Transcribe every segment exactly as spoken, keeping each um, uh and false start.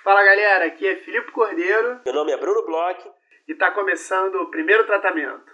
Fala galera, aqui é Filipe Cordeiro. Meu nome é Bruno Bloch. E tá começando o primeiro tratamento.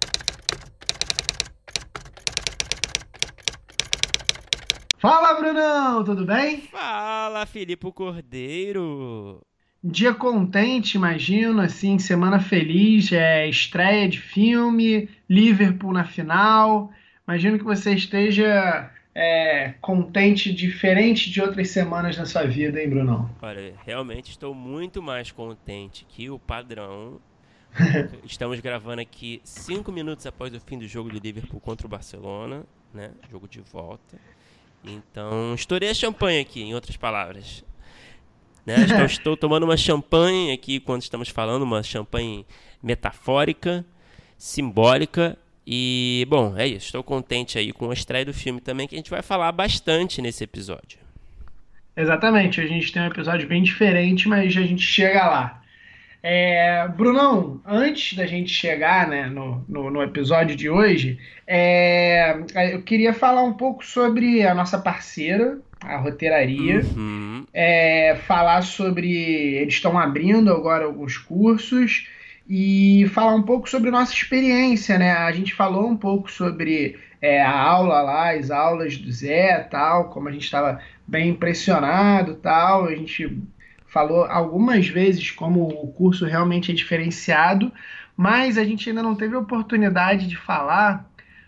Fala Brunão, tudo bem? Fala Filipe Cordeiro. Dia contente, imagino, assim, semana feliz, é estreia de filme, Liverpool na final. Imagino que você esteja é, contente, diferente de outras semanas na sua vida, hein, Brunão? Olha, realmente estou muito mais contente que o padrão. Estamos gravando aqui cinco minutos após o fim do jogo de Liverpool contra o Barcelona, né? Jogo de volta. Então, estourei a champanhe aqui, em outras palavras. Né? Estou, estou tomando uma champanhe aqui quando estamos falando, uma champanhe metafórica, simbólica. E, bom, é isso. Estou contente aí com a estreia do filme também, que a gente vai falar bastante nesse episódio. Exatamente. A gente tem um episódio bem diferente, mas a gente chega lá. É, Brunão, antes da gente chegar, né, no, no, no episódio de hoje, é, eu queria falar um pouco sobre a nossa parceira, a Roteiraria, Uhum. é, falar sobre... Eles estão abrindo agora alguns cursos e falar um pouco sobre nossa experiência, né? A gente falou um pouco sobre é, a aula lá, as aulas do Zé, tal, como a gente estava bem impressionado, tal, a gente... falou algumas vezes como o curso realmente é diferenciado, mas a gente ainda não teve a oportunidade de falar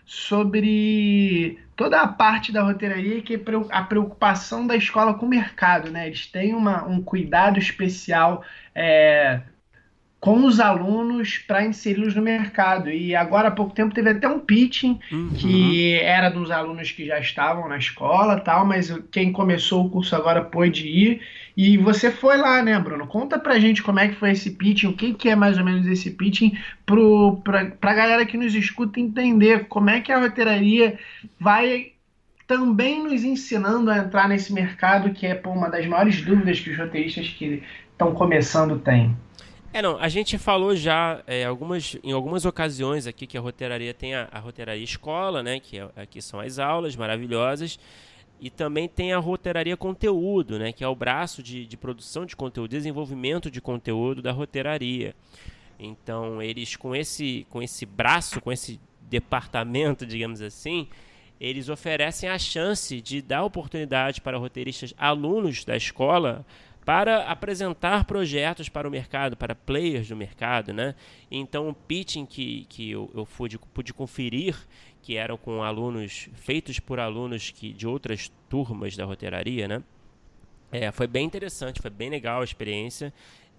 sobre toda a parte da roteiraria, que é a preocupação da escola com o mercado, né? Eles têm uma, um cuidado especial é, com os alunos para inseri-los no mercado. E agora há pouco tempo teve até um pitching Uhum. que era dos alunos que já estavam na escola, tal, mas quem começou o curso agora pôde ir. E você foi lá, né, Bruno? Conta pra gente como é que foi esse pitching, o que, que é mais ou menos esse pitching, pro, pra, pra galera que nos escuta entender como é que a roteiraria vai também nos ensinando a entrar nesse mercado, que é pô, uma das maiores dúvidas que os roteiristas que estão começando têm. É, não, a gente falou já é, algumas, em algumas ocasiões aqui que a roteiraria tem a, a roteiraria escola, né, que é, aqui são as aulas maravilhosas, e também tem a roteiraria conteúdo, né, que é o braço de, de produção de conteúdo, desenvolvimento de conteúdo da roteiraria. Então, eles com esse, com esse braço, com esse departamento, digamos assim, eles oferecem a chance de dar oportunidade para roteiristas alunos da escola para apresentar projetos para o mercado, para players do mercado, né? Então, o pitching que, que eu, eu pude, pude conferir, que eram com alunos, feitos por alunos que, de outras turmas da roteiraria, né? É, foi bem interessante, foi bem legal a experiência.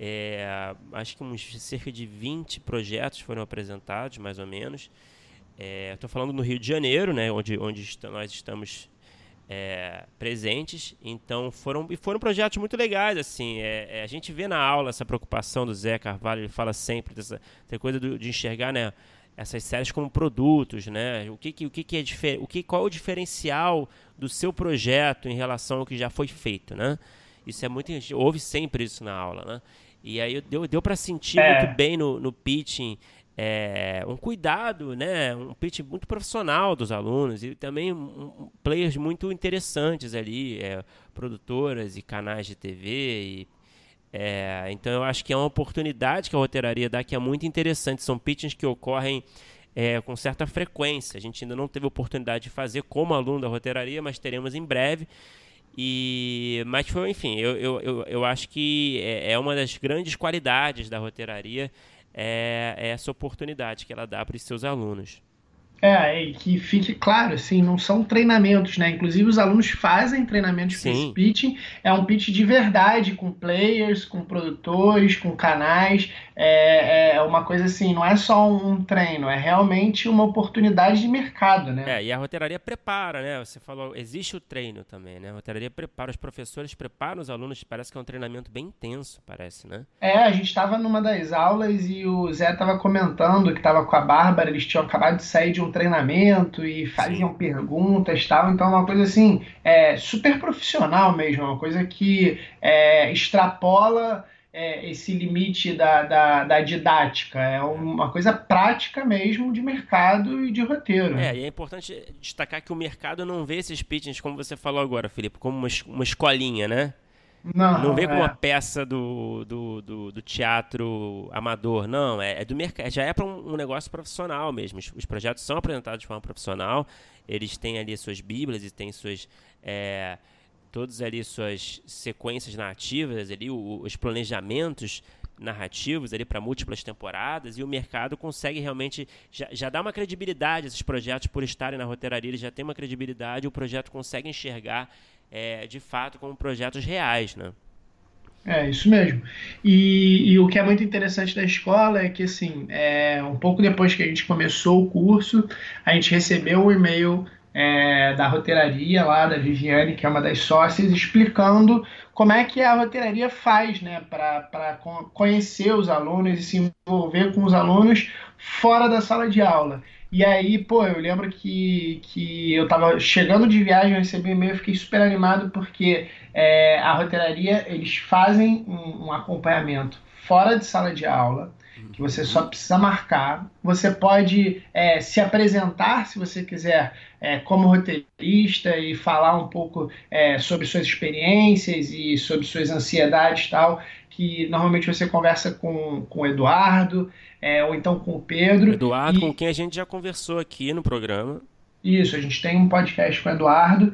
É, acho que uns cerca de vinte projetos foram apresentados, mais ou menos. Estou falando no Rio de Janeiro, né? Onde, onde est- nós estamos... É, presentes, então foram, e foram projetos muito legais, assim, é, é, a gente vê na aula essa preocupação do Zé Carvalho, ele fala sempre dessa, dessa coisa do, de enxergar, né, essas séries como produtos, né, o que, que, o que, que é difer, o que, qual é o diferencial do seu projeto em relação ao que já foi feito, né, isso é muito, a gente ouve sempre isso na aula, né, e aí deu, deu para sentir É. muito bem no, no pitching, É, um cuidado, né, um pitch muito profissional dos alunos e também um, um, players muito interessantes ali, é, produtoras e canais de T V. E, é, então eu acho que é uma oportunidade que a roteiraria dá que é muito interessante. São pitchings que ocorrem é, com certa frequência. A gente ainda não teve oportunidade de fazer como aluno da roteiraria, mas teremos em breve. E, mas foi, enfim, eu, eu, eu, eu acho que é, é uma das grandes qualidades da roteiraria. É essa oportunidade que ela dá para os seus alunos. É, e que fique claro, assim, não são treinamentos, né? Inclusive os alunos fazem treinamentos para esse Sim. pitching, é um pitch de verdade, com players, com produtores, com canais, é, é uma coisa assim, não é só um treino, é realmente uma oportunidade de mercado, né? É, e a roteiraria prepara, né? Você falou, existe o treino também, né? A roteiraria prepara, os professores preparam os alunos, parece que é um treinamento bem intenso, parece, né? É, a gente estava numa das aulas e o Zé estava comentando que estava com a Bárbara, eles tinham acabado de sair de um treinamento e faziam Sim. perguntas e tal, então é uma coisa assim, é, super profissional mesmo, é uma coisa que é, extrapola é, esse limite da, da, da didática, é uma coisa prática mesmo de mercado e de roteiro. É, e é importante destacar que o mercado não vê esses pitchings, como você falou agora, Felipe, como uma, es- uma escolinha, né? Não Não, vem como uma é. peça do, do, do, do teatro amador, não. É, é do mercado, já é para um, um negócio profissional mesmo. Os, os projetos são apresentados de forma profissional, eles têm ali suas bíblias e têm suas. É, todas ali suas sequências narrativas, ali, o, os planejamentos narrativos ali para múltiplas temporadas, e o mercado consegue realmente já, já dá uma credibilidade a esses projetos por estarem na roteiraria, eles já têm uma credibilidade, o projeto consegue enxergar é, de fato como projetos reais, né? É, isso mesmo. E, e o que é muito interessante da escola é que, assim, é, um pouco depois que a gente começou o curso, a gente recebeu um e-mail, é, da roteiraria lá, da Viviane, que é uma das sócias, explicando como é que a roteiraria faz, né, para conhecer os alunos e se envolver com os alunos fora da sala de aula. E aí, pô, eu lembro que, que eu tava chegando de viagem, eu recebi um e-mail, eu fiquei super animado porque é, a roteiraria, eles fazem um, um acompanhamento fora de sala de aula, que você só Uhum. precisa marcar. Você pode é, se apresentar, se você quiser, é, como roteirista e falar um pouco é, sobre suas experiências e sobre suas ansiedades e tal, que normalmente você conversa com, com o Eduardo, é, ou então com o O Pedro. Eduardo, com E quem a gente já conversou aqui no programa. isso, a gente tem um podcast com o Eduardo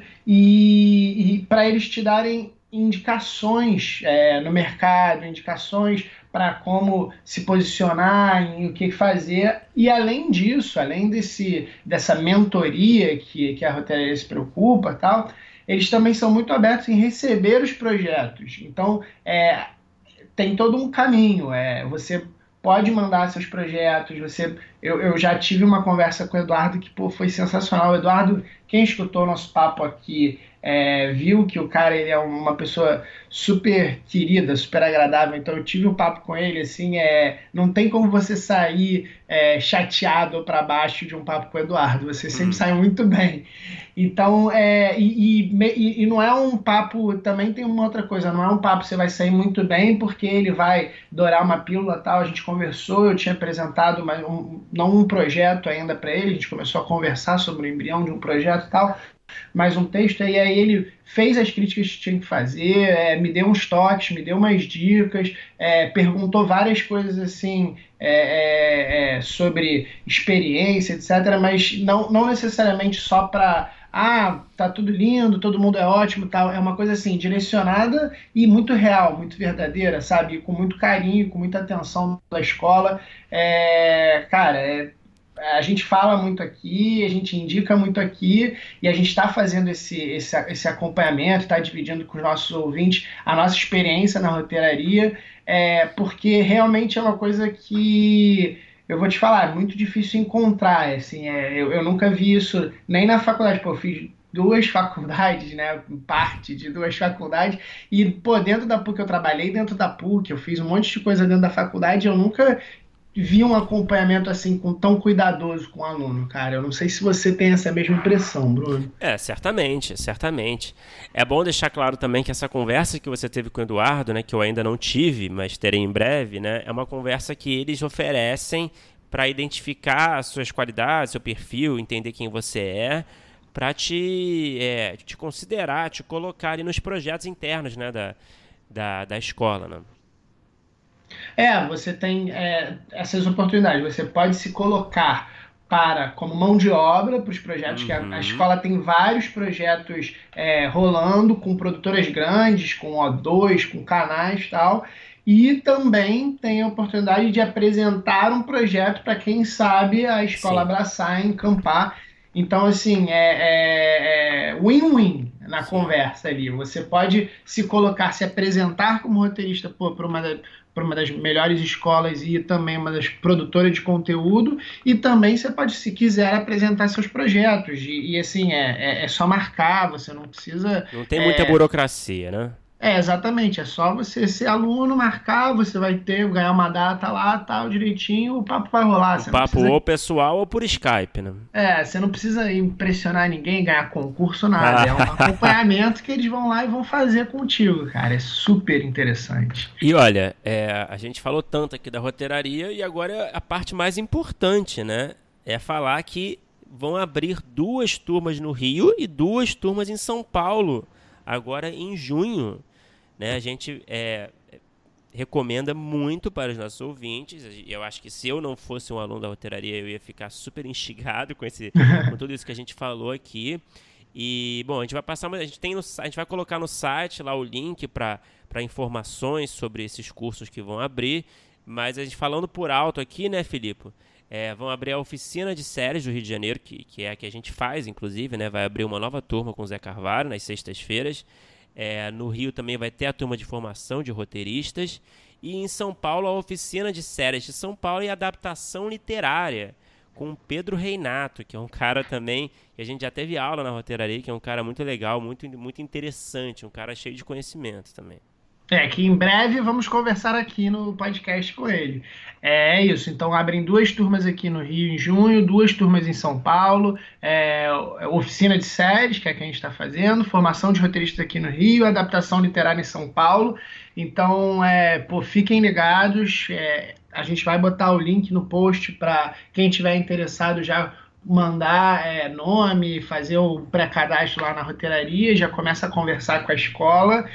e, e para eles te darem indicações é, no mercado, indicações para como se posicionar, em o que fazer. E além disso, além desse, dessa mentoria que, que a Roteiraria se preocupa, tal, eles também são muito abertos em receber os projetos. Então, é, tem todo um caminho. É, você pode mandar seus projetos. Você, eu, eu já tive uma conversa com o Eduardo que pô, foi sensacional. O Eduardo, quem escutou nosso papo aqui, é, viu que o cara ele é uma pessoa super querida, super agradável. Então eu tive um papo com ele assim, é, não tem como você sair é, chateado ou para baixo de um papo com o Eduardo. Você sempre Hum. sai muito bem. Então, é, e, e, e não é um papo, também tem uma outra coisa, não é um papo que você vai sair muito bem porque ele vai dourar uma pílula tal. A gente conversou, eu tinha apresentado mas um, não um projeto ainda para ele, a gente começou a conversar sobre o embrião de um projeto e tal, mais um texto, e aí ele fez as críticas que tinha que fazer, é, me deu uns toques, me deu umas dicas, é, perguntou várias coisas assim é, é, é, sobre experiência, etcétera, mas não, não necessariamente só para ah, tá tudo lindo, todo mundo é ótimo, tal. É uma coisa assim, direcionada e muito real, muito verdadeira, sabe? Com muito carinho, com muita atenção da escola. É, cara, é, a gente fala muito aqui, a gente indica muito aqui e a gente está fazendo esse, esse, esse acompanhamento, está dividindo com os nossos ouvintes a nossa experiência na roteiraria, é, porque realmente é uma coisa que eu vou te falar, é muito difícil encontrar. Assim, é, eu, eu nunca vi isso nem na faculdade. Pô, eu fiz duas faculdades, né? Parte de duas faculdades, e pô, dentro da PUC eu trabalhei dentro da PUC, eu fiz um monte de coisa dentro da faculdade, eu nunca vi um acompanhamento assim com tão cuidadoso com o aluno, cara. Eu não sei se você tem essa mesma impressão, Bruno. É, certamente, certamente. É bom deixar claro também que essa conversa que você teve com o Eduardo, né, que eu ainda não tive, mas terei em breve, né, é uma conversa que eles oferecem para identificar as suas qualidades, seu perfil, entender quem você é, para te, é, te considerar, te colocar ali nos projetos internos, né, da, da, da escola, né? É, você tem é, essas oportunidades. Você pode se colocar para como mão de obra para os projetos que a, a Uhum. escola tem vários projetos é, rolando com produtoras grandes, com O dois, com canais e tal. E também tem a oportunidade de apresentar um projeto para quem sabe a escola Sim, abraçar, encampar. Então, assim, é é- é win-win na sim. conversa ali. Você pode se colocar, se apresentar como roteirista para uma para uma das melhores escolas e também uma das produtoras de conteúdo, e também você pode, se quiser, apresentar seus projetos. E, e assim, é, é, é só marcar, você não precisa. Não tem muita É, burocracia, né? é, exatamente, é só você ser aluno, marcar, você vai ter, ganhar uma data lá, tal, direitinho, o papo vai rolar. Um Você não papo precisa ou pessoal ou por Skype, né? é, você não precisa impressionar ninguém, ganhar concurso, nada. É um acompanhamento que eles vão lá e vão fazer contigo, cara. É super interessante. E olha, é, a gente falou tanto aqui da roteiraria e agora a parte mais importante, né? É falar que vão abrir duas turmas no Rio e duas turmas em São Paulo, agora em junho. né? A gente é, recomenda muito para os nossos ouvintes. Eu acho que se eu não fosse um aluno da roteiraria, eu ia ficar super instigado com, esse, com tudo isso que a gente falou aqui. E, bom, a gente vai passar, a gente, tem no, a gente vai colocar no site lá o link para informações sobre esses cursos que vão abrir. Mas a gente falando por alto aqui, né, Filipe? É, vão abrir a oficina de séries do Rio de Janeiro, que, que é a que a gente faz, inclusive, né? Vai abrir uma nova turma com o Zé Carvalho nas sextas-feiras. É, no Rio também vai ter a turma de formação de roteiristas. E em São Paulo, a oficina de séries de São Paulo e adaptação literária, com o Pedro Reinato, que é um cara também, que a gente já teve aula na roteiraria, que é um cara muito legal, muito, muito interessante, um cara cheio de conhecimento também. É, que em breve vamos conversar aqui no podcast com ele. É isso, então abrem duas turmas aqui no Rio em junho, duas turmas em São Paulo, é, oficina de séries, que é a que a gente está fazendo, formação de roteiristas aqui no Rio, adaptação literária em São Paulo. Então, é, pô, fiquem ligados, é, a gente vai botar o link no post para quem tiver interessado já mandar é, nome, fazer o pré-cadastro lá na roteiraria, já começa a conversar com a escola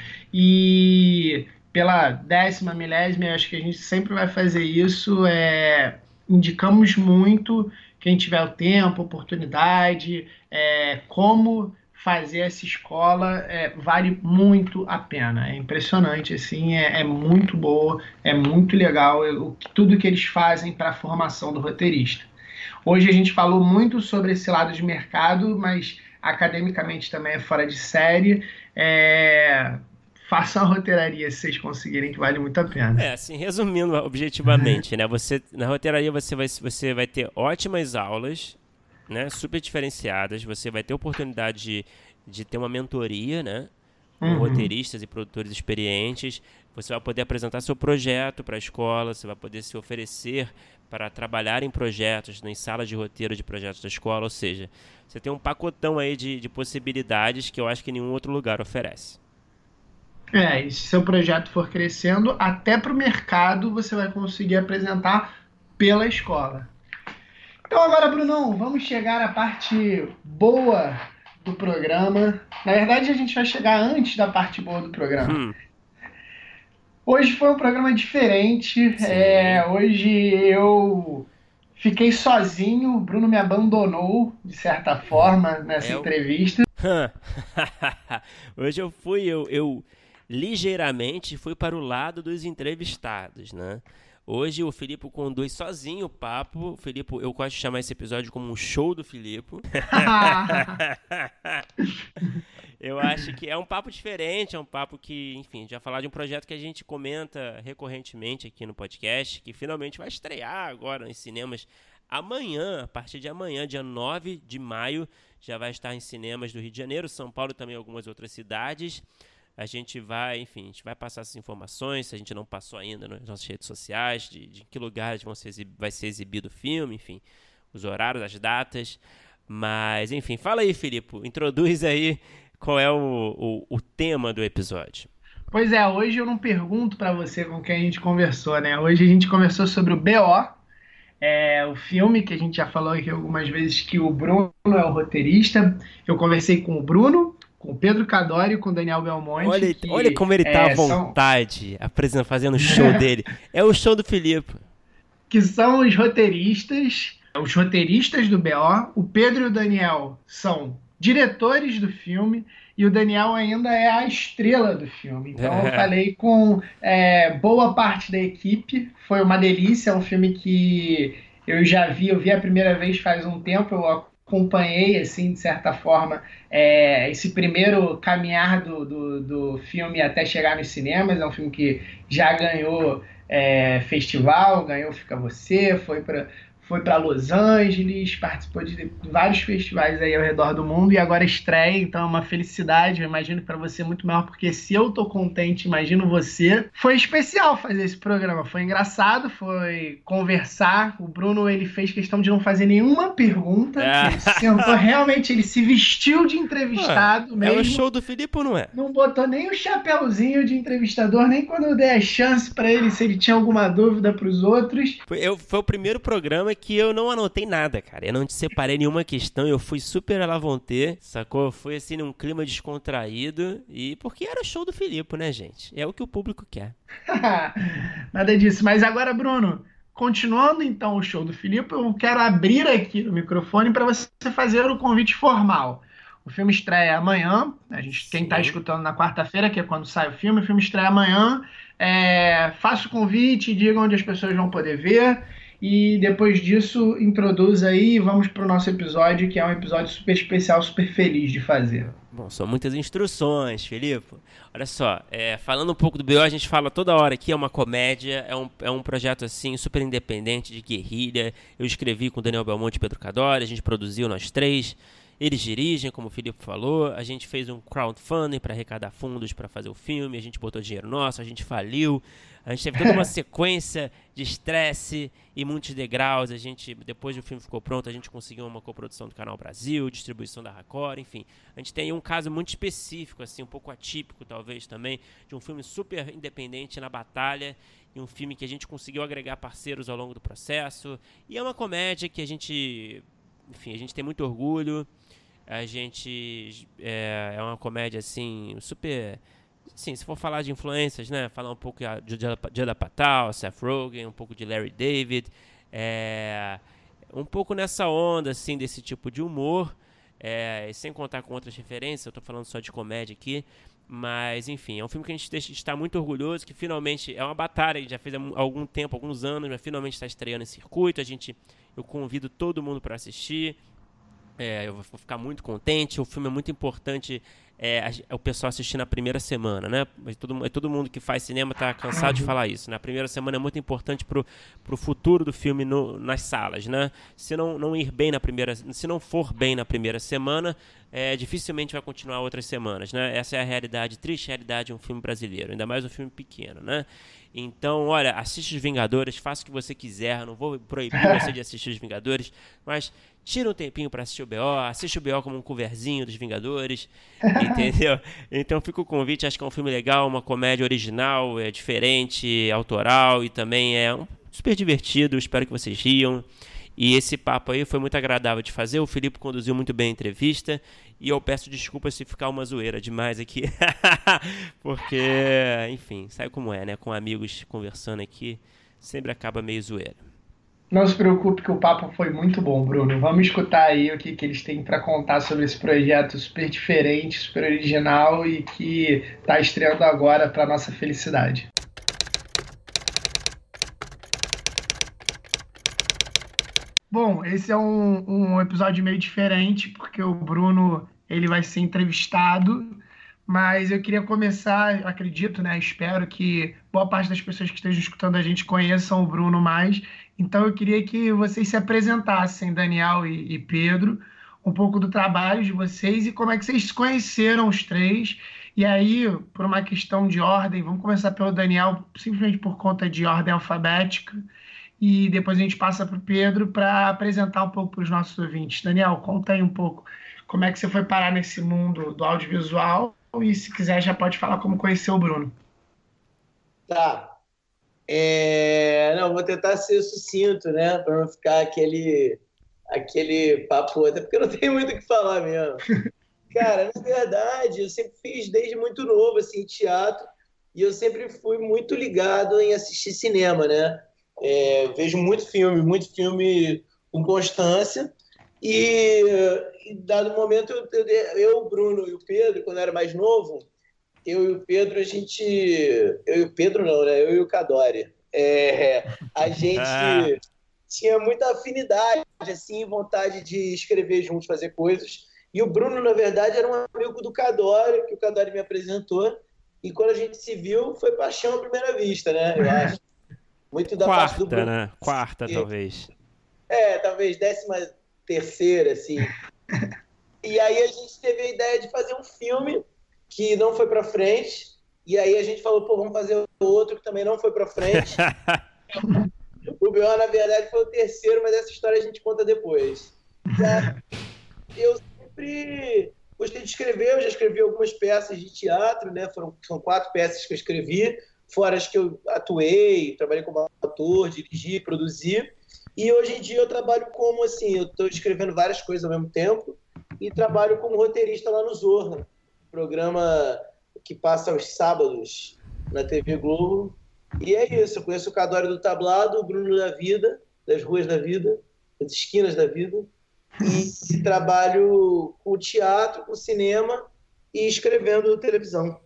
e pela décima, milésima, eu acho que a gente sempre vai fazer isso, é, indicamos muito, quem tiver o tempo, oportunidade, é, como fazer essa escola, é, vale muito a pena, é impressionante, assim, é, é muito boa, é muito legal, eu, tudo que eles fazem para a formação do roteirista. Hoje a gente falou muito sobre esse lado de mercado, mas academicamente também é fora de série. É... Façam a roteiraria se vocês conseguirem, que vale muito a pena. É, assim, resumindo objetivamente, né? Você, na roteiraria você vai, você vai ter ótimas aulas, né? Super diferenciadas. Você vai ter oportunidade de, de ter uma mentoria, né? Com uhum. roteiristas e produtores experientes. Você vai poder apresentar seu projeto para a escola, você vai poder se oferecer para trabalhar em projetos, em salas de roteiro de projetos da escola, ou seja, você tem um pacotão aí de, de possibilidades que eu acho que nenhum outro lugar oferece. É, e se seu projeto for crescendo, até para o mercado você vai conseguir apresentar pela escola. Então agora, Brunão, vamos chegar à parte boa do programa. Na verdade, a gente vai chegar antes da parte boa do programa. Hum. Hoje foi um programa diferente. É, hoje eu fiquei sozinho. O Bruno me abandonou, de certa forma, nessa é entrevista. Hoje eu fui, eu, eu ligeiramente fui para o lado dos entrevistados, né? Hoje o Filipe conduz sozinho o papo. Filipe, eu gosto de chamar esse episódio como um show do Filipe. Eu acho que é um papo diferente, é um papo que, enfim, já falar de um projeto que a gente comenta recorrentemente aqui no podcast, que finalmente vai estrear agora nos cinemas amanhã, a partir de amanhã, dia nove de maio, já vai estar em cinemas do Rio de Janeiro, São Paulo e também algumas outras cidades. A gente vai, enfim, a gente vai passar essas informações, se a gente não passou ainda nas nossas redes sociais, de, de que lugares vão ser, vai ser exibido o filme, enfim, os horários, as datas. Mas, enfim, fala aí, Filipe, introduz aí qual é o, o, o tema do episódio. Pois é, hoje eu não pergunto para você com quem a gente conversou, né? Hoje a gente conversou sobre o B O, é, o filme que a gente já falou aqui algumas vezes que o Bruno é o roteirista. Eu conversei com o Bruno, com o Pedro Cadori e com o Daniel Belmonte. Olha, que, olha como ele tá é, à vontade, são... apresentando, fazendo o show dele. É o show do Filipe. Que são os roteiristas, os roteiristas do B O. O Pedro e o Daniel são diretores do filme e o Daniel ainda é a estrela do filme. Então eu falei com é, boa parte da equipe. Foi uma delícia, é um filme que eu já vi, eu vi a primeira vez faz um tempo, eu acompanhei, assim, de certa forma, é, esse primeiro caminhar do, do, do filme até chegar nos cinemas. É um filme que já ganhou é, festival, ganhou Fica Você, foi para foi para Los Angeles, participou de vários festivais aí ao redor do mundo e agora estreia, então é uma felicidade. Eu imagino que para você é muito maior, porque se eu tô contente, imagino você. Foi especial fazer esse programa, foi engraçado, foi conversar. O Bruno, ele fez questão de não fazer nenhuma pergunta, é. Ele sentou, realmente, ele se vestiu de entrevistado. Ué, mesmo. É o show do Filipe ou não é? Não botou nem o chapéuzinho de entrevistador, nem quando eu dei a chance para ele, se ele tinha alguma dúvida para os outros. Foi, eu, foi o primeiro programa que eu não anotei nada, cara. Eu não te separei nenhuma questão, eu fui super à la vontade, sacou? Eu fui assim num clima descontraído e porque era show do Filipe, né, gente? É o que o público quer. Nada disso. Mas agora, Bruno, continuando então o show do Filipe, eu quero abrir aqui o microfone para você fazer o convite formal. O filme estreia amanhã. A gente, quem está Sim. escutando na quarta-feira, que é quando sai o filme, o filme estreia amanhã. É, faça o convite, diga onde as pessoas vão poder ver. E depois disso, introduz aí e vamos para o nosso episódio, que é um episódio super especial, super feliz de fazer. Bom, são muitas instruções, Filipe. Olha só, é, falando um pouco do B O, a gente fala toda hora que é uma comédia, é um, é um projeto assim super independente, de guerrilha. Eu escrevi com o Daniel Belmonte e Pedro Cadore, a gente produziu nós três. Eles dirigem, como o Filipe falou, a gente fez um crowdfunding para arrecadar fundos para fazer o filme, a gente botou dinheiro nosso, a gente faliu, a gente teve toda uma sequência de estresse e muitos degraus, a gente, depois que o filme ficou pronto, a gente conseguiu uma coprodução do Canal Brasil, distribuição da Record, enfim. A gente tem um caso muito específico, assim, um pouco atípico talvez também, de um filme super independente na batalha, e um filme que a gente conseguiu agregar parceiros ao longo do processo, e é uma comédia que a gente, enfim, a gente tem muito orgulho. A gente é, é uma comédia assim super, sim, se for falar de influências, né, falar um pouco de Judd Apatow, Seth Rogen, um pouco de Larry David, é, um pouco nessa onda assim desse tipo de humor, é, sem contar com outras referências. Eu tô falando só de comédia aqui, mas enfim, é um filme que a gente está muito orgulhoso, que finalmente é uma batalha, já fez há algum tempo, alguns anos, mas finalmente está estreando em circuito. A gente, eu convido todo mundo para assistir. É, eu vou ficar muito contente. O filme é muito importante, é, o pessoal assistir na primeira semana, né? Todo, todo mundo que faz cinema está cansado de falar isso. Na né? primeira semana é muito importante pro, pro futuro do filme no, nas salas, né? Se não, não ir bem na primeira, se não for bem na primeira semana, é, dificilmente vai continuar outras semanas, né? Essa é a realidade, triste realidade de um filme brasileiro, ainda mais um filme pequeno, né? Então, olha, assiste Os Vingadores, faça o que você quiser, não vou proibir você de assistir Os Vingadores, mas tira um tempinho para assistir o B O, assiste o B O como um coverzinho dos Vingadores, entendeu? Então fica o convite, acho que é um filme legal, uma comédia original, é diferente, autoral e também é um super divertido, espero que vocês riam. E esse papo aí foi muito agradável de fazer, o Filipe conduziu muito bem a entrevista e eu peço desculpas se ficar uma zoeira demais aqui, porque, enfim, sabe como é, né? Com amigos conversando aqui, sempre acaba meio zoeira. Não se preocupe que o papo foi muito bom, Bruno. Vamos escutar aí o que, que eles têm para contar sobre esse projeto super diferente, super original e que está estreando agora para nossa felicidade. Bom, esse é um, um episódio meio diferente, porque o Bruno ele vai ser entrevistado, mas eu queria começar, acredito, né? Espero que boa parte das pessoas que estejam escutando a gente conheçam o Bruno mais. Então eu queria que vocês se apresentassem, Daniel e, e Pedro, um pouco do trabalho de vocês e como é que vocês se conheceram os três. E aí, por uma questão de ordem, vamos começar pelo Daniel, simplesmente por conta de ordem alfabética. E depois a gente passa para o Pedro para apresentar um pouco para os nossos ouvintes. Daniel, conta aí um pouco como é que você foi parar nesse mundo do audiovisual e, se quiser, já pode falar como conheceu o Bruno. Tá. É... Não, vou tentar ser sucinto, né? Para não ficar aquele, aquele papo, até porque eu não tenho muito o que falar mesmo. Cara, na verdade, eu sempre fiz desde muito novo, assim, teatro, e eu sempre fui muito ligado em assistir cinema, né? É, vejo muito filme, muito filme com constância e, e dado momento eu, eu, eu, o Bruno e o Pedro, quando eu era mais novo, eu e o Pedro, a gente, eu e o Pedro não, né? Eu e o Cadore, é, a gente tinha muita afinidade, assim, vontade de escrever juntos, fazer coisas. E o Bruno, na verdade, era um amigo do Cadore, que o Cadore me apresentou, e quando a gente se viu, foi paixão à primeira vista, né? Eu acho. Muito da Quarta, parte do Bruno, né? Quarta, e, talvez. É, talvez décima terceira, assim. E aí a gente teve a ideia de fazer um filme que não foi pra frente, e aí a gente falou, pô, vamos fazer outro que também não foi pra frente. O B O, na verdade, foi o terceiro, mas essa história a gente conta depois. Eu sempre gostei de escrever, eu já escrevi algumas peças de teatro, né? Foram, são quatro peças que eu escrevi, fora as que eu atuei, trabalhei como ator, dirigi, produzi. E hoje em dia eu trabalho como, assim, eu estou escrevendo várias coisas ao mesmo tempo e trabalho como roteirista lá no Zorra, programa que passa aos sábados na T V Globo. E é isso, eu conheço o Cadório do Tablado, o Bruno da Vida, das Ruas da Vida, das Esquinas da Vida, e, e trabalho com teatro, com cinema e escrevendo televisão.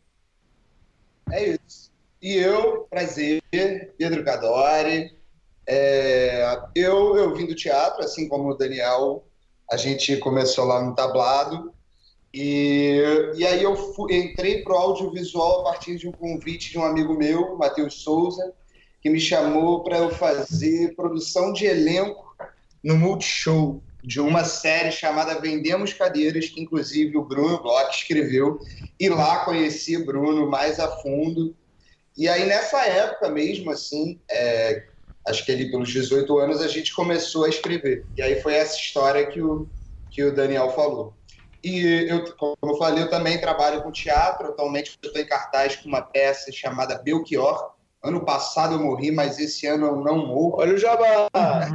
É isso. E eu, prazer, Pedro Cadori. É, eu, eu vim do teatro, assim como o Daniel, a gente começou lá no Tablado. E, e aí eu fui, entrei para o audiovisual a partir de um convite de um amigo meu, Matheus Souza, que me chamou para eu fazer produção de elenco no Multishow, de uma série chamada Vendemos Cadeiras, que inclusive o Bruno Bloch escreveu, e lá conheci o Bruno mais a fundo. E aí nessa época mesmo, assim, é, acho que ali pelos dezoito anos, a gente começou a escrever. E aí foi essa história que o, que o Daniel falou. E, eu, como eu falei, eu também trabalho com teatro. Atualmente eu estou em cartaz com uma peça chamada Belchior. Ano passado eu morri, mas esse ano eu não morro. Olha o jabá!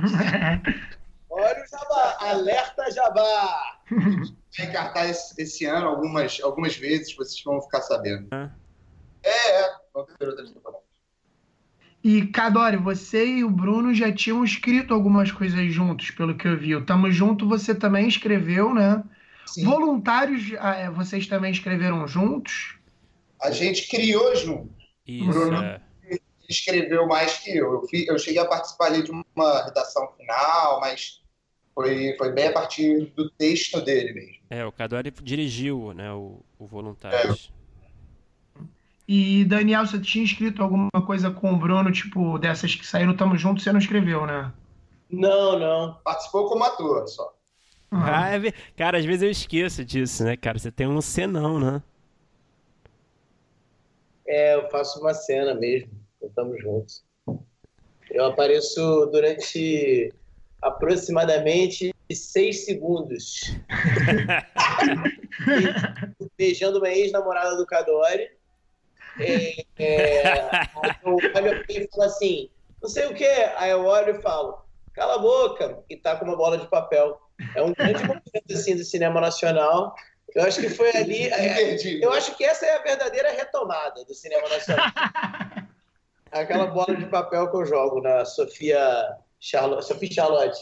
Olha o jabá! Alerta jabá! Estou em cartaz esse ano algumas, algumas vezes, vocês vão ficar sabendo. É, é. Vão ter outras temporadas. E, Cadori, você e o Bruno já tinham escrito algumas coisas juntos, pelo que eu vi. O Tamo Junto você também escreveu, né? Sim. Voluntários, vocês também escreveram juntos? A gente criou junto. Isso, o Bruno é. escreveu mais que eu. Eu, fui, eu cheguei a participar ali de uma redação final, mas foi, foi bem a partir do texto dele mesmo. É, o Cadori dirigiu, né, o, o Voluntários. É. E, Daniel, você tinha escrito alguma coisa com o Bruno, tipo, dessas que saíram Tamo Junto, você não escreveu, né? Não, não. Participou como ator, só. Ah, é, cara, às vezes eu esqueço disso, né, cara? Você tem um cenão, né? É, eu faço uma cena mesmo. Estamos juntos. Eu apareço durante aproximadamente seis segundos. Beijando uma ex-namorada do Cadori. É, é, aí eu olho e falo assim, não sei o que. Aí eu olho e falo, cala a boca, e tá com uma bola de papel. É um grande momento assim, do cinema nacional. Eu acho que foi ali. Entendi. Eu acho que essa é a verdadeira retomada do cinema nacional. Aquela bola de papel que eu jogo na Sofia Charlotte. Sophie Charlotte.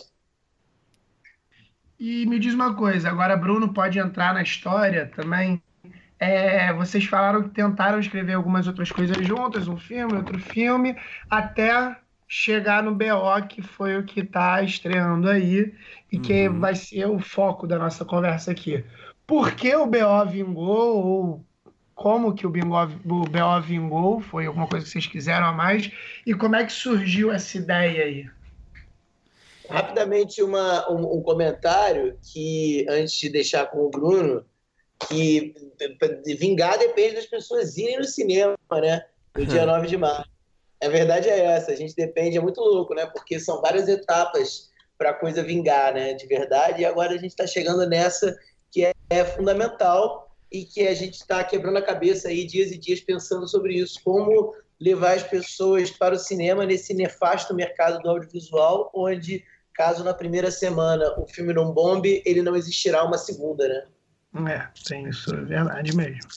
E me diz uma coisa, agora Bruno pode entrar na história também. É, vocês falaram que tentaram escrever algumas outras coisas juntas, um filme, outro filme, até chegar no B O, que foi o que está estreando aí e que Uhum. vai ser o foco da nossa conversa aqui. Por que o B O vingou, ou como que o, bingo, o B O vingou? Foi alguma coisa que vocês quiseram a mais? E como é que surgiu essa ideia aí? Rapidamente, uma, um, um comentário que, antes de deixar com o Bruno, que vingar depende das pessoas irem no cinema, né? No dia nove de março. A verdade é essa, a gente depende, é muito louco, né? Porque são várias etapas para a coisa vingar, né? De verdade, e agora a gente está chegando nessa que é, é fundamental e que a gente está quebrando a cabeça aí dias e dias pensando sobre isso, como levar as pessoas para o cinema nesse nefasto mercado do audiovisual, onde, caso na primeira semana o filme não bombe, ele não existirá uma segunda, né? É, sim, isso é verdade mesmo.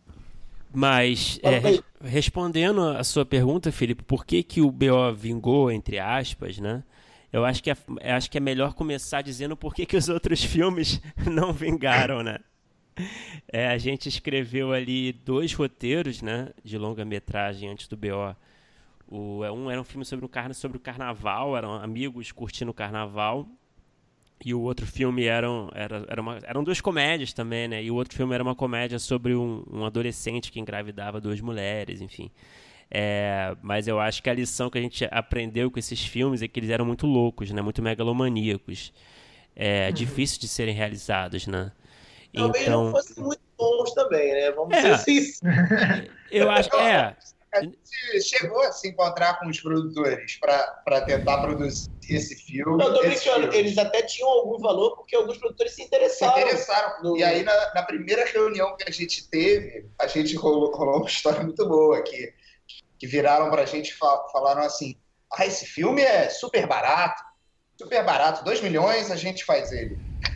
Mas, é, res- respondendo a sua pergunta, Felipe, por que que o B O vingou, entre aspas, né? Eu acho que é, eu acho que é melhor começar dizendo por que que os outros filmes não vingaram, né? É, a gente escreveu ali dois roteiros, né, de longa-metragem antes do B O. O, um era um filme sobre, um carna, sobre o carnaval, eram amigos curtindo o carnaval. E o outro filme eram, era, era uma, eram duas comédias também, né? E o outro filme era uma comédia sobre um, um adolescente que engravidava duas mulheres, enfim. É, mas eu acho que a lição que a gente aprendeu com esses filmes é que eles eram muito loucos, né? Muito megalomaníacos. É Uhum. difícil de serem realizados, né? Talvez Então, não fossem muito bons também, né? Vamos É. ser sinceros. eu acho, é, A gente chegou a se encontrar com os produtores para tentar produzir esse filme. Não, tô esse brincando, filme. eles até tinham algum valor porque alguns produtores se Se interessaram. interessaram. No- E aí, na, na primeira reunião que a gente teve, a gente rolou, rolou uma história muito boa, que, que viraram pra gente e fa- falaram assim, ah, esse filme é super barato, super barato, dois milhões a gente faz ele.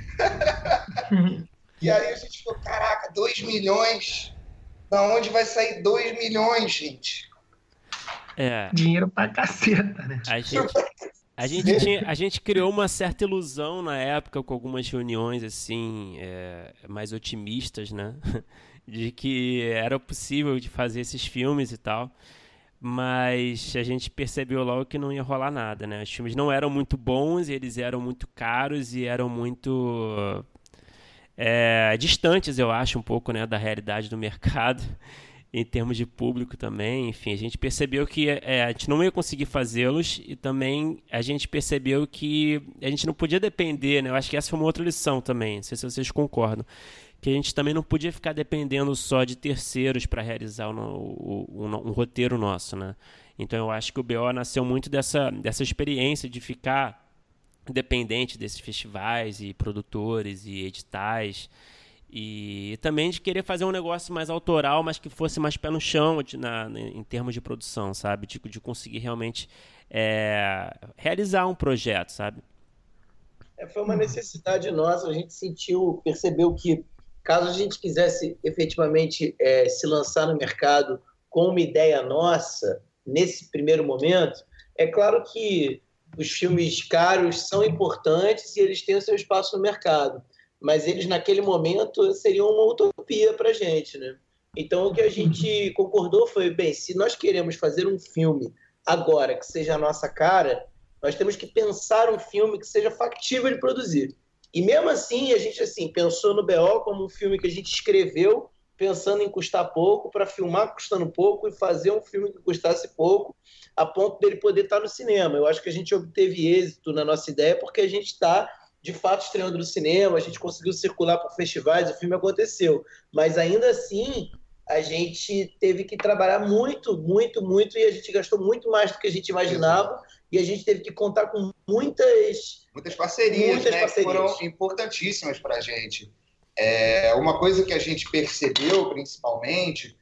E aí a gente falou, caraca, dois milhões? Da onde vai sair dois milhões, gente? É. Dinheiro pra caceta, né? A gente, a, gente tinha, a gente criou uma certa ilusão na época com algumas reuniões assim, é, mais otimistas, né? De que era possível de fazer esses filmes e tal. Mas a gente percebeu logo que não ia rolar nada, né? Os filmes não eram muito bons, eles eram muito caros e eram muito é, distantes, eu acho, um pouco, né, da realidade do mercado, em termos de público também. Enfim, a gente percebeu que é, a gente não ia conseguir fazê-los e também a gente percebeu que a gente não podia depender, né? Eu acho que essa foi uma outra lição também, não sei se vocês concordam, que a gente também não podia ficar dependendo só de terceiros para realizar um, um, um roteiro nosso, né? Então eu acho que o B O nasceu muito dessa, dessa experiência de ficar dependente desses festivais e produtores e editais e, e também de querer fazer um negócio mais autoral, mas que fosse mais pé no chão de, na, em termos de produção, sabe? De, de conseguir realmente é, realizar um projeto, sabe? É, foi uma necessidade nossa, a gente sentiu, percebeu que caso a gente quisesse efetivamente é, se lançar no mercado com uma ideia nossa, nesse primeiro momento, é claro que os filmes caros são importantes e eles têm o seu espaço no mercado, mas eles, naquele momento, seriam uma utopia para a gente, né? Então, o que a gente concordou foi, bem, se nós queremos fazer um filme agora que seja a nossa cara, nós temos que pensar um filme que seja factível de produzir. E mesmo assim, a gente assim, pensou no B O como um filme que a gente escreveu pensando em custar pouco, para filmar custando pouco e fazer um filme que custasse pouco, a ponto dele poder estar no cinema. Eu acho que a gente obteve êxito na nossa ideia porque a gente está, de fato, estreando no cinema, a gente conseguiu circular por festivais, o filme aconteceu. Mas ainda assim, a gente teve que trabalhar muito, muito, muito, e a gente gastou muito mais do que a gente imaginava, e a gente teve que contar com muitas... Muitas parcerias, muitas né, parcerias. que foram importantíssimas para a gente. É, uma coisa que a gente percebeu, principalmente,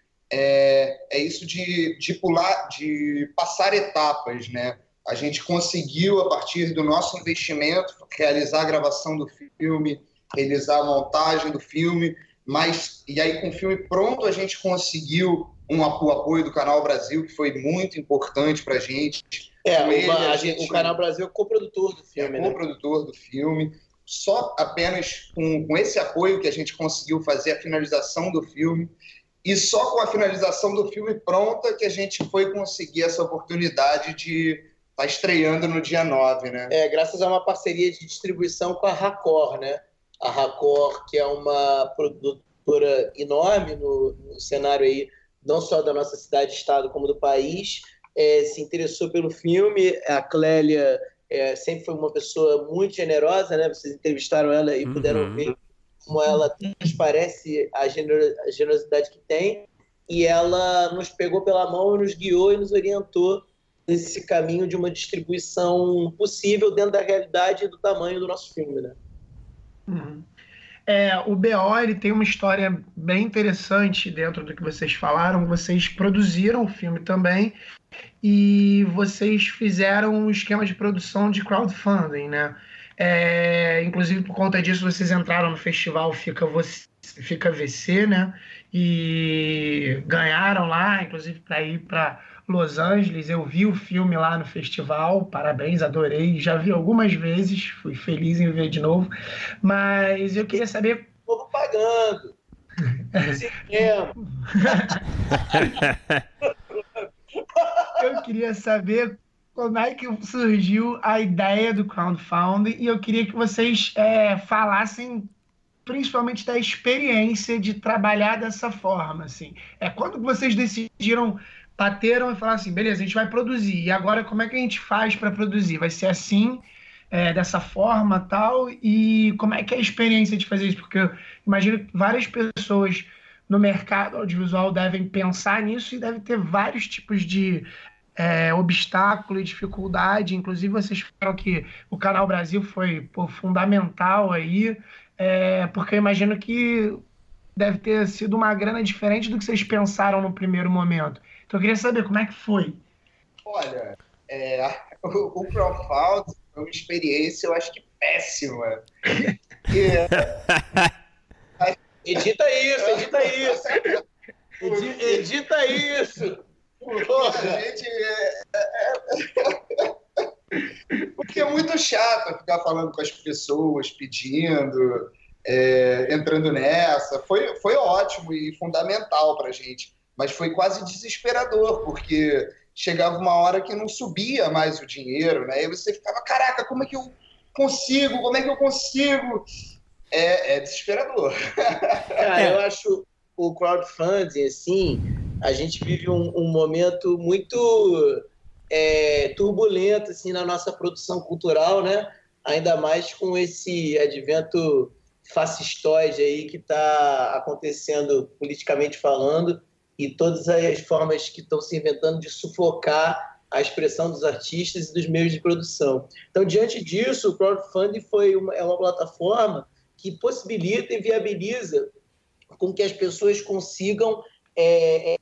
é, é isso de, de pular, de passar etapas, né? A gente conseguiu, a partir do nosso investimento, realizar a gravação do filme, realizar a montagem do filme, mas, e aí com o filme pronto, a gente conseguiu um, o apoio do Canal Brasil, que foi muito importante para a gente. É, ele, uma, a gente, gente, o Canal Brasil é coprodutor do filme, é né? coprodutor do filme. Só apenas com, com esse apoio que a gente conseguiu fazer a finalização do filme, e só com a finalização do filme pronta que a gente foi conseguir essa oportunidade de estar estreando no dia nove, né? É, graças a uma parceria de distribuição com a Racor, né? A Racor, que é uma produtora enorme no, no cenário aí, não só da nossa cidade, estado, como do país, é, se interessou pelo filme. A Clélia é, sempre foi uma pessoa muito generosa, né? Vocês entrevistaram ela e puderam Uhum. ver como ela transparece a, genero, a generosidade que tem, e ela nos pegou pela mão, nos guiou e nos orientou nesse caminho de uma distribuição possível dentro da realidade e do tamanho do nosso filme, né? Uhum. É, o B O ele tem uma história bem interessante dentro do que vocês falaram. Vocês produziram o filme também e vocês fizeram um esquema de produção de crowdfunding, né? É, inclusive, por conta disso, vocês entraram no festival Fica, Você, Fica V C, né? E ganharam lá, inclusive, para ir para Los Angeles. Eu vi o filme lá no festival, parabéns, adorei. Já vi algumas vezes, fui feliz em ver de novo. Mas eu queria saber... Povo pagando. Cinema. Eu queria saber como é que surgiu a ideia do crowdfunding, e eu queria que vocês é, falassem principalmente da experiência de trabalhar dessa forma, assim. É quando vocês decidiram, bateram e falaram assim, beleza, a gente vai produzir, e agora como é que a gente faz para produzir? Vai ser assim, é, dessa forma, tal, e como é que é a experiência de fazer isso? Porque eu imagino que várias pessoas no mercado audiovisual devem pensar nisso e devem ter vários tipos de É, obstáculo e dificuldade. Inclusive vocês falaram que o Canal Brasil foi pô, fundamental aí, é, porque eu imagino que deve ter sido uma grana diferente do que vocês pensaram no primeiro momento. Então eu queria saber como é que foi. Olha, é, o, o crowdfunding, Foi uma experiência, eu acho que péssima. E, edita isso, edita isso. Edi, edita isso. Porra, a gente é, é, é... Porque é muito chato ficar falando com as pessoas, pedindo, é, entrando nessa. Foi, foi ótimo e fundamental pra gente, mas foi quase desesperador, porque chegava uma hora que não subia mais o dinheiro, né? E você ficava, caraca, como é que eu consigo? Como é que eu consigo? É, é desesperador. Cara, eu acho o crowdfunding, assim, a gente vive um, um momento muito é, turbulento, assim, na nossa produção cultural, né? Ainda mais com esse advento fascistoide aí que está acontecendo politicamente falando, e todas as formas que estão se inventando de sufocar a expressão dos artistas e dos meios de produção. Então, diante disso, o crowdfunding foi uma, é uma plataforma que possibilita e viabiliza com que as pessoas consigam é, é,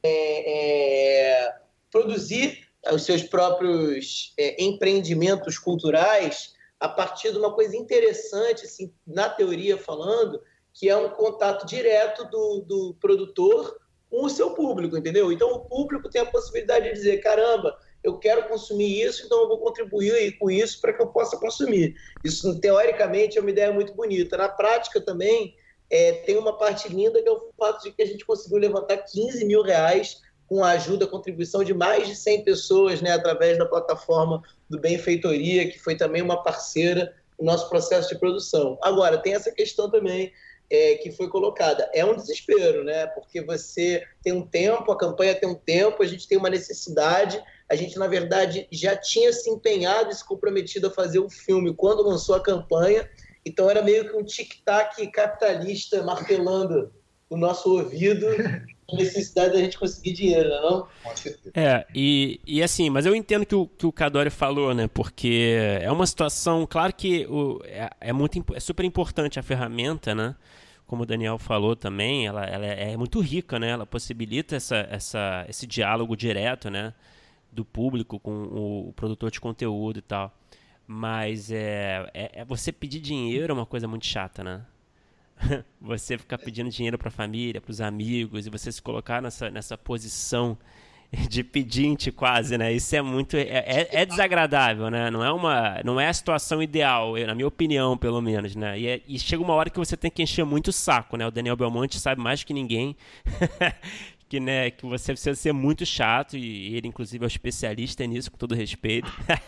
é, produzir os seus próprios é, empreendimentos culturais a partir de uma coisa interessante, assim, na teoria falando, que é um contato direto do, do produtor com o seu público, entendeu? Então, o público tem a possibilidade de dizer, caramba, eu quero consumir isso, então eu vou contribuir com isso para que eu possa consumir. Isso, teoricamente, é uma ideia muito bonita. Na prática, também, é, tem uma parte linda, que é o fato de que a gente conseguiu levantar quinze mil reais com a ajuda, a contribuição de mais de cem pessoas, né, através da plataforma do Benfeitoria, que foi também uma parceira no nosso processo de produção. Agora, tem essa questão também, É, que foi colocada. É um desespero, né? Porque você tem um tempo, a campanha tem um tempo, a gente tem uma necessidade, a gente, na verdade, já tinha se empenhado e se comprometido a fazer o filme quando lançou a campanha, então era meio que um tic-tac capitalista martelando o nosso ouvido, a necessidade da gente conseguir dinheiro, não é? É, e, e assim, mas eu entendo que o que o Cadore falou, né? Porque é uma situação, claro que o, é, é, muito, é super importante a ferramenta, né? Como o Daniel falou também, ela, ela é muito rica, né? Ela possibilita essa, essa, esse diálogo direto, né? Do público com o, o produtor de conteúdo e tal. Mas é, é, é você pedir dinheiro é uma coisa muito chata, né? Você ficar pedindo dinheiro para a família, para os amigos, e você se colocar nessa, nessa posição de pedinte quase, né? Isso é muito... É, é, é desagradável, né? Não é, uma, não é a situação ideal, na minha opinião, pelo menos, né? E, é, e chega uma hora que você tem que encher muito o saco, né? O Daniel Belmonte sabe mais que ninguém que, né, que você precisa ser muito chato, e ele, inclusive, é um especialista nisso, com todo respeito.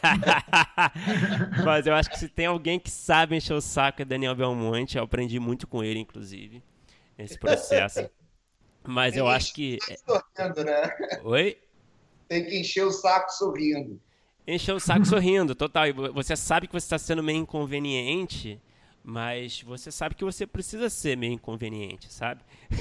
Mas eu acho que se tem alguém que sabe encher o saco é Daniel Belmonte. Eu aprendi muito com ele, inclusive, nesse processo. Mas eu acho que... Sorrindo, né? Oi? Tem que encher o saco sorrindo. Encher o saco sorrindo, total. E você sabe que você está sendo meio inconveniente, mas você sabe que você precisa ser meio inconveniente, sabe?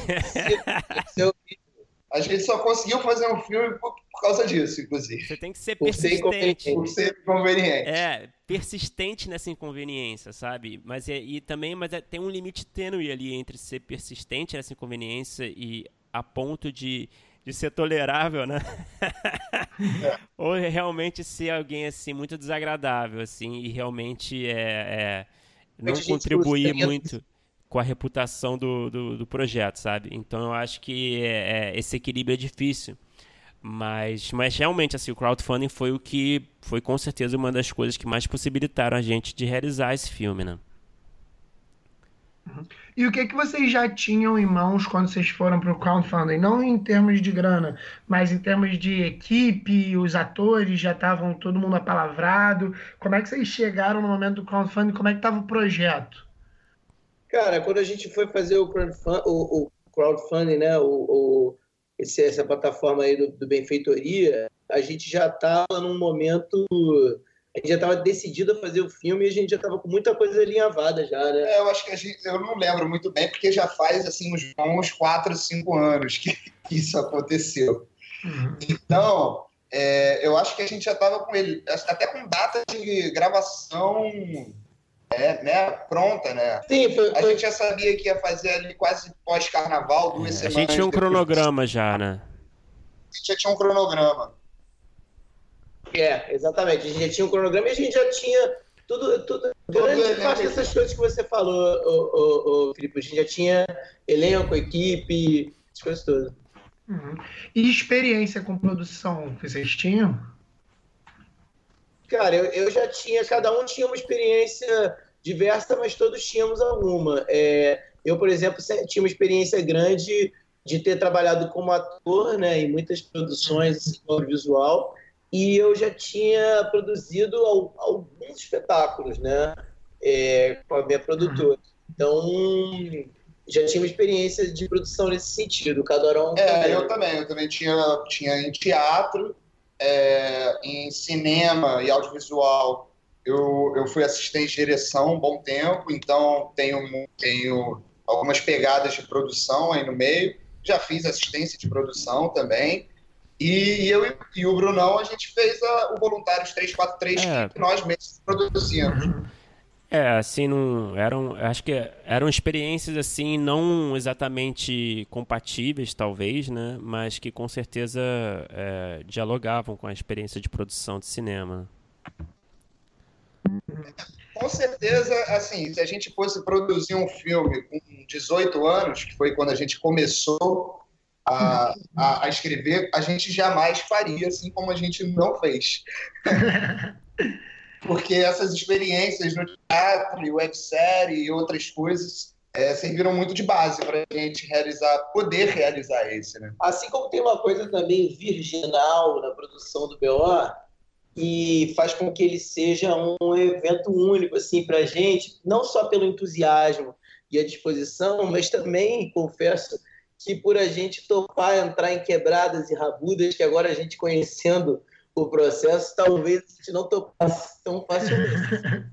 A gente só conseguiu fazer um filme por, por causa disso, inclusive. Você tem que ser persistente. Por ser inconveniente. É, persistente nessa inconveniência, sabe? Mas é, e também mas é, tem um limite tênue ali entre ser persistente nessa inconveniência e a ponto de, de ser tolerável, né? É. Ou realmente ser alguém assim muito desagradável, assim, e realmente é, é, não contribuir muito com a reputação do, do, do projeto, sabe? Então eu acho que é, é, esse equilíbrio é difícil. Mas, mas realmente, assim, o crowdfunding foi o que foi com certeza uma das coisas que mais possibilitaram a gente de realizar esse filme, né? Uhum. E o que, que vocês já tinham em mãos quando vocês foram para o crowdfunding? Não em termos de grana, mas em termos de equipe, os atores já estavam todo mundo apalavrado. Como é que vocês chegaram no momento do crowdfunding? Como é que estava o projeto? Cara, quando a gente foi fazer o crowdfunding, o, o crowdfunding, né, o, o, esse, essa plataforma aí do, do Benfeitoria, a gente já estava num momento, a gente já estava decidido a fazer o filme e a gente já estava com muita coisa alinhavada já, né? É, eu acho que a gente, eu não lembro muito bem, porque já faz assim uns bons quatro, cinco anos que isso aconteceu. Uhum. Então, é, eu acho que a gente já estava com ele, até com data de gravação... É, né? Pronta, né? Sim, foi, foi... A gente já sabia que ia fazer ali quase pós-carnaval, duas é, semanas. A gente tinha um depois. cronograma já, né? A gente já tinha um cronograma. É, exatamente. A gente já tinha um cronograma e a gente já tinha Tudo, tudo, grande parte dessas coisas que você falou, ô, ô, ô, Felipe, a gente já tinha elenco, equipe, essas coisas todas. Uhum. E experiência com produção, vocês tinham? Cara, eu, eu já tinha, cada um tinha uma experiência diversa, mas todos tínhamos alguma. É, eu, por exemplo, tinha uma experiência grande de ter trabalhado como ator, né, em muitas produções assim, audiovisual, e eu já tinha produzido alguns espetáculos, né, é, com a minha produtora. Então, já tinha uma experiência de produção nesse sentido. Cada um é, também. eu também. Eu também tinha, tinha em teatro, é, em cinema e audiovisual. Eu, eu fui assistente de direção um bom tempo, então tenho, tenho algumas pegadas de produção aí no meio. Já fiz assistência de produção também. E eu e o Brunão, a gente fez a, o Voluntários trezentos e quarenta e três, é. que nós mesmos produzimos. É, assim, não, eram, acho que eram experiências, assim, não exatamente compatíveis, talvez, né? Mas que, com certeza, é, dialogavam com a experiência de produção de cinema. Com certeza, assim, se a gente fosse produzir um filme com dezoito anos, que foi quando a gente começou a, a, a escrever, a gente jamais faria, assim como a gente não fez. Porque essas experiências no teatro, websérie e outras coisas é, serviram muito de base para a gente realizar, poder realizar esse, né? Assim como tem uma coisa também virginal na produção do B O, e faz com que ele seja um evento único assim, para a gente, não só pelo entusiasmo e a disposição, mas também, confesso, que por a gente topar entrar em quebradas e rabudas, que agora a gente conhecendo o processo, talvez a gente não topasse tão facilmente.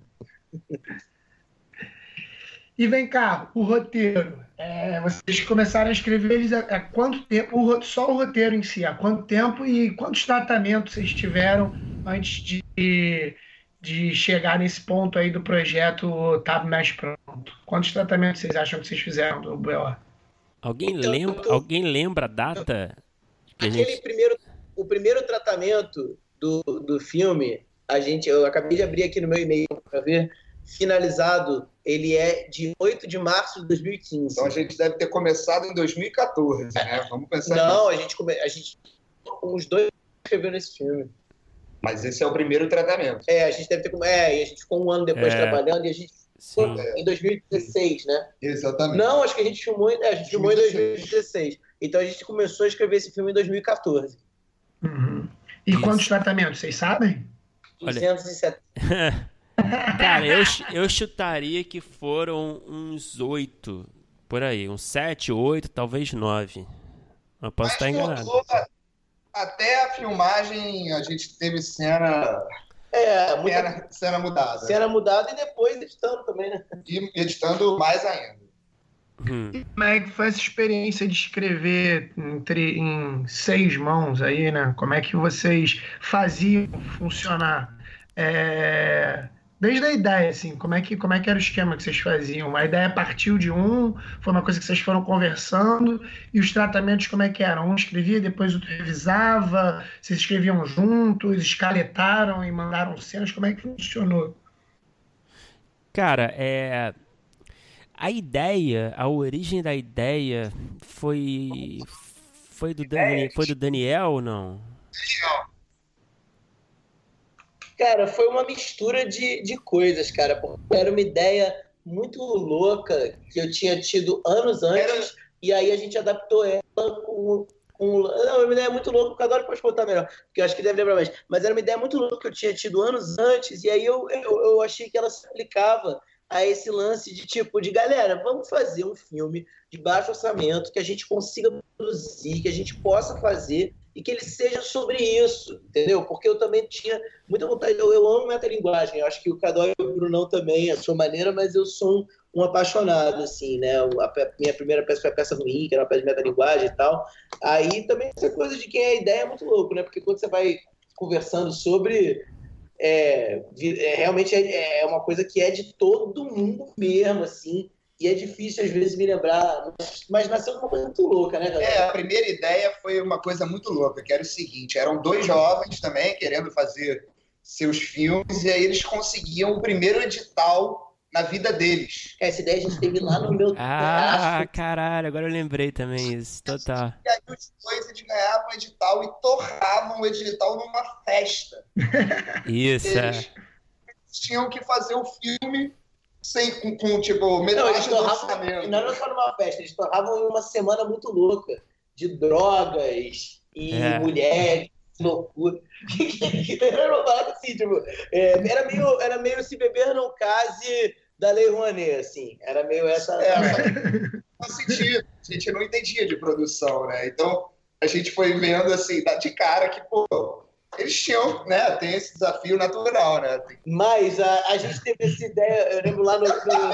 E vem cá, o roteiro. É, vocês começaram a escrever eles há, há quanto tempo? O, só o roteiro em si, há quanto tempo e quantos tratamentos vocês tiveram antes de, de chegar nesse ponto aí do projeto Tá Mais Pronto? Quantos tratamentos vocês acham que vocês fizeram do B O? Alguém lembra, tô... alguém lembra a data? Que Aquele gente... primeiro, o primeiro tratamento do, do filme, a gente, eu acabei de abrir aqui no meu e-mail para ver, finalizado, ele é de oito de março de dois mil e quinze. Então a gente deve ter começado em dois mil e quatorze, né? Vamos pensar. Não, a gente, come... a gente, os dois escreveu nesse filme. Mas esse é o primeiro tratamento. É, a gente deve ter, é, e a gente ficou um ano depois é... trabalhando e a gente Sim. em dois mil e dezesseis, né? Exatamente. Não, acho que a gente filmou, é, a gente filmou em dois mil e dezesseis. Então a gente começou a escrever esse filme em dois mil e quatorze. Uhum. E Isso. quantos tratamentos, vocês sabem? duzentos e setenta. Cara, eu, eu chutaria que foram uns oito, por aí. Uns sete, oito, talvez nove. Mas posso Mas estar enganado. Até a filmagem a gente teve cena... É, muita... cena, cena mudada. Cena mudada e depois editando também, né? E editando mais ainda. Hum. E como é que foi essa experiência de escrever entre, em seis mãos aí, né? Como é que vocês faziam funcionar? É... Desde a ideia, assim, como é, que, como é que era o esquema que vocês faziam? A ideia partiu de um, foi uma coisa que vocês foram conversando, e os tratamentos como é que eram? Um escrevia, depois o outro revisava, vocês escreviam juntos, escaletaram e mandaram cenas, como é que funcionou? Cara, é... a ideia, a origem da ideia foi, foi, do, Dani... foi do Daniel ou não? Daniel. Cara, foi uma mistura de, de coisas, cara. Porque era uma ideia muito louca que eu tinha tido anos antes, era... e aí a gente adaptou ela com... com... Não, uma ideia muito louca, porque agora pode contar melhor, porque eu acho que deve lembrar mais. Mas era uma ideia muito louca que eu tinha tido anos antes, e aí eu, eu, eu achei que ela se aplicava a esse lance de tipo, de galera, vamos fazer um filme de baixo orçamento, que a gente consiga produzir, que a gente possa fazer, e que ele seja sobre isso, entendeu? Porque eu também tinha muita vontade, eu, eu amo metalinguagem, eu acho que o Cadóio e o Brunão também, a sua maneira, mas eu sou um, um apaixonado, assim, né? A minha primeira peça foi a peça ruim, que era uma peça de metalinguagem e tal. Aí também essa coisa de quem é a ideia é muito louco, né? Porque quando você vai conversando sobre... É, é, realmente é, é uma coisa que é de todo mundo mesmo, assim, e é difícil às vezes me lembrar, mas, mas nasceu uma coisa muito louca, né, galera? É, a primeira ideia foi uma coisa muito louca, que era o seguinte, eram dois jovens também querendo fazer seus filmes, e aí eles conseguiam o primeiro edital na vida deles. Essa ideia a gente teve lá no meu Ah, terraço. caralho, agora eu lembrei também isso, total. E aí os dois eles ganhavam o edital e torravam o edital numa festa. Isso, é. Eles tinham que fazer o filme sem, com, com tipo, Não, metade eles do torravam, orçamento. não era só numa festa, eles torravam em uma semana muito louca de drogas e É. mulheres, loucura. Era uma parada assim, tipo, é, era, meio, era meio Se Beber Não Case da Lei Rouanet, assim. Era meio essa. É, não sentia, a gente não entendia de produção, né? Então a gente foi vendo assim, de cara que, pô, eles tinham, né? Tem esse desafio natural, né? Tem... Mas a, a gente teve essa ideia, eu lembro lá no,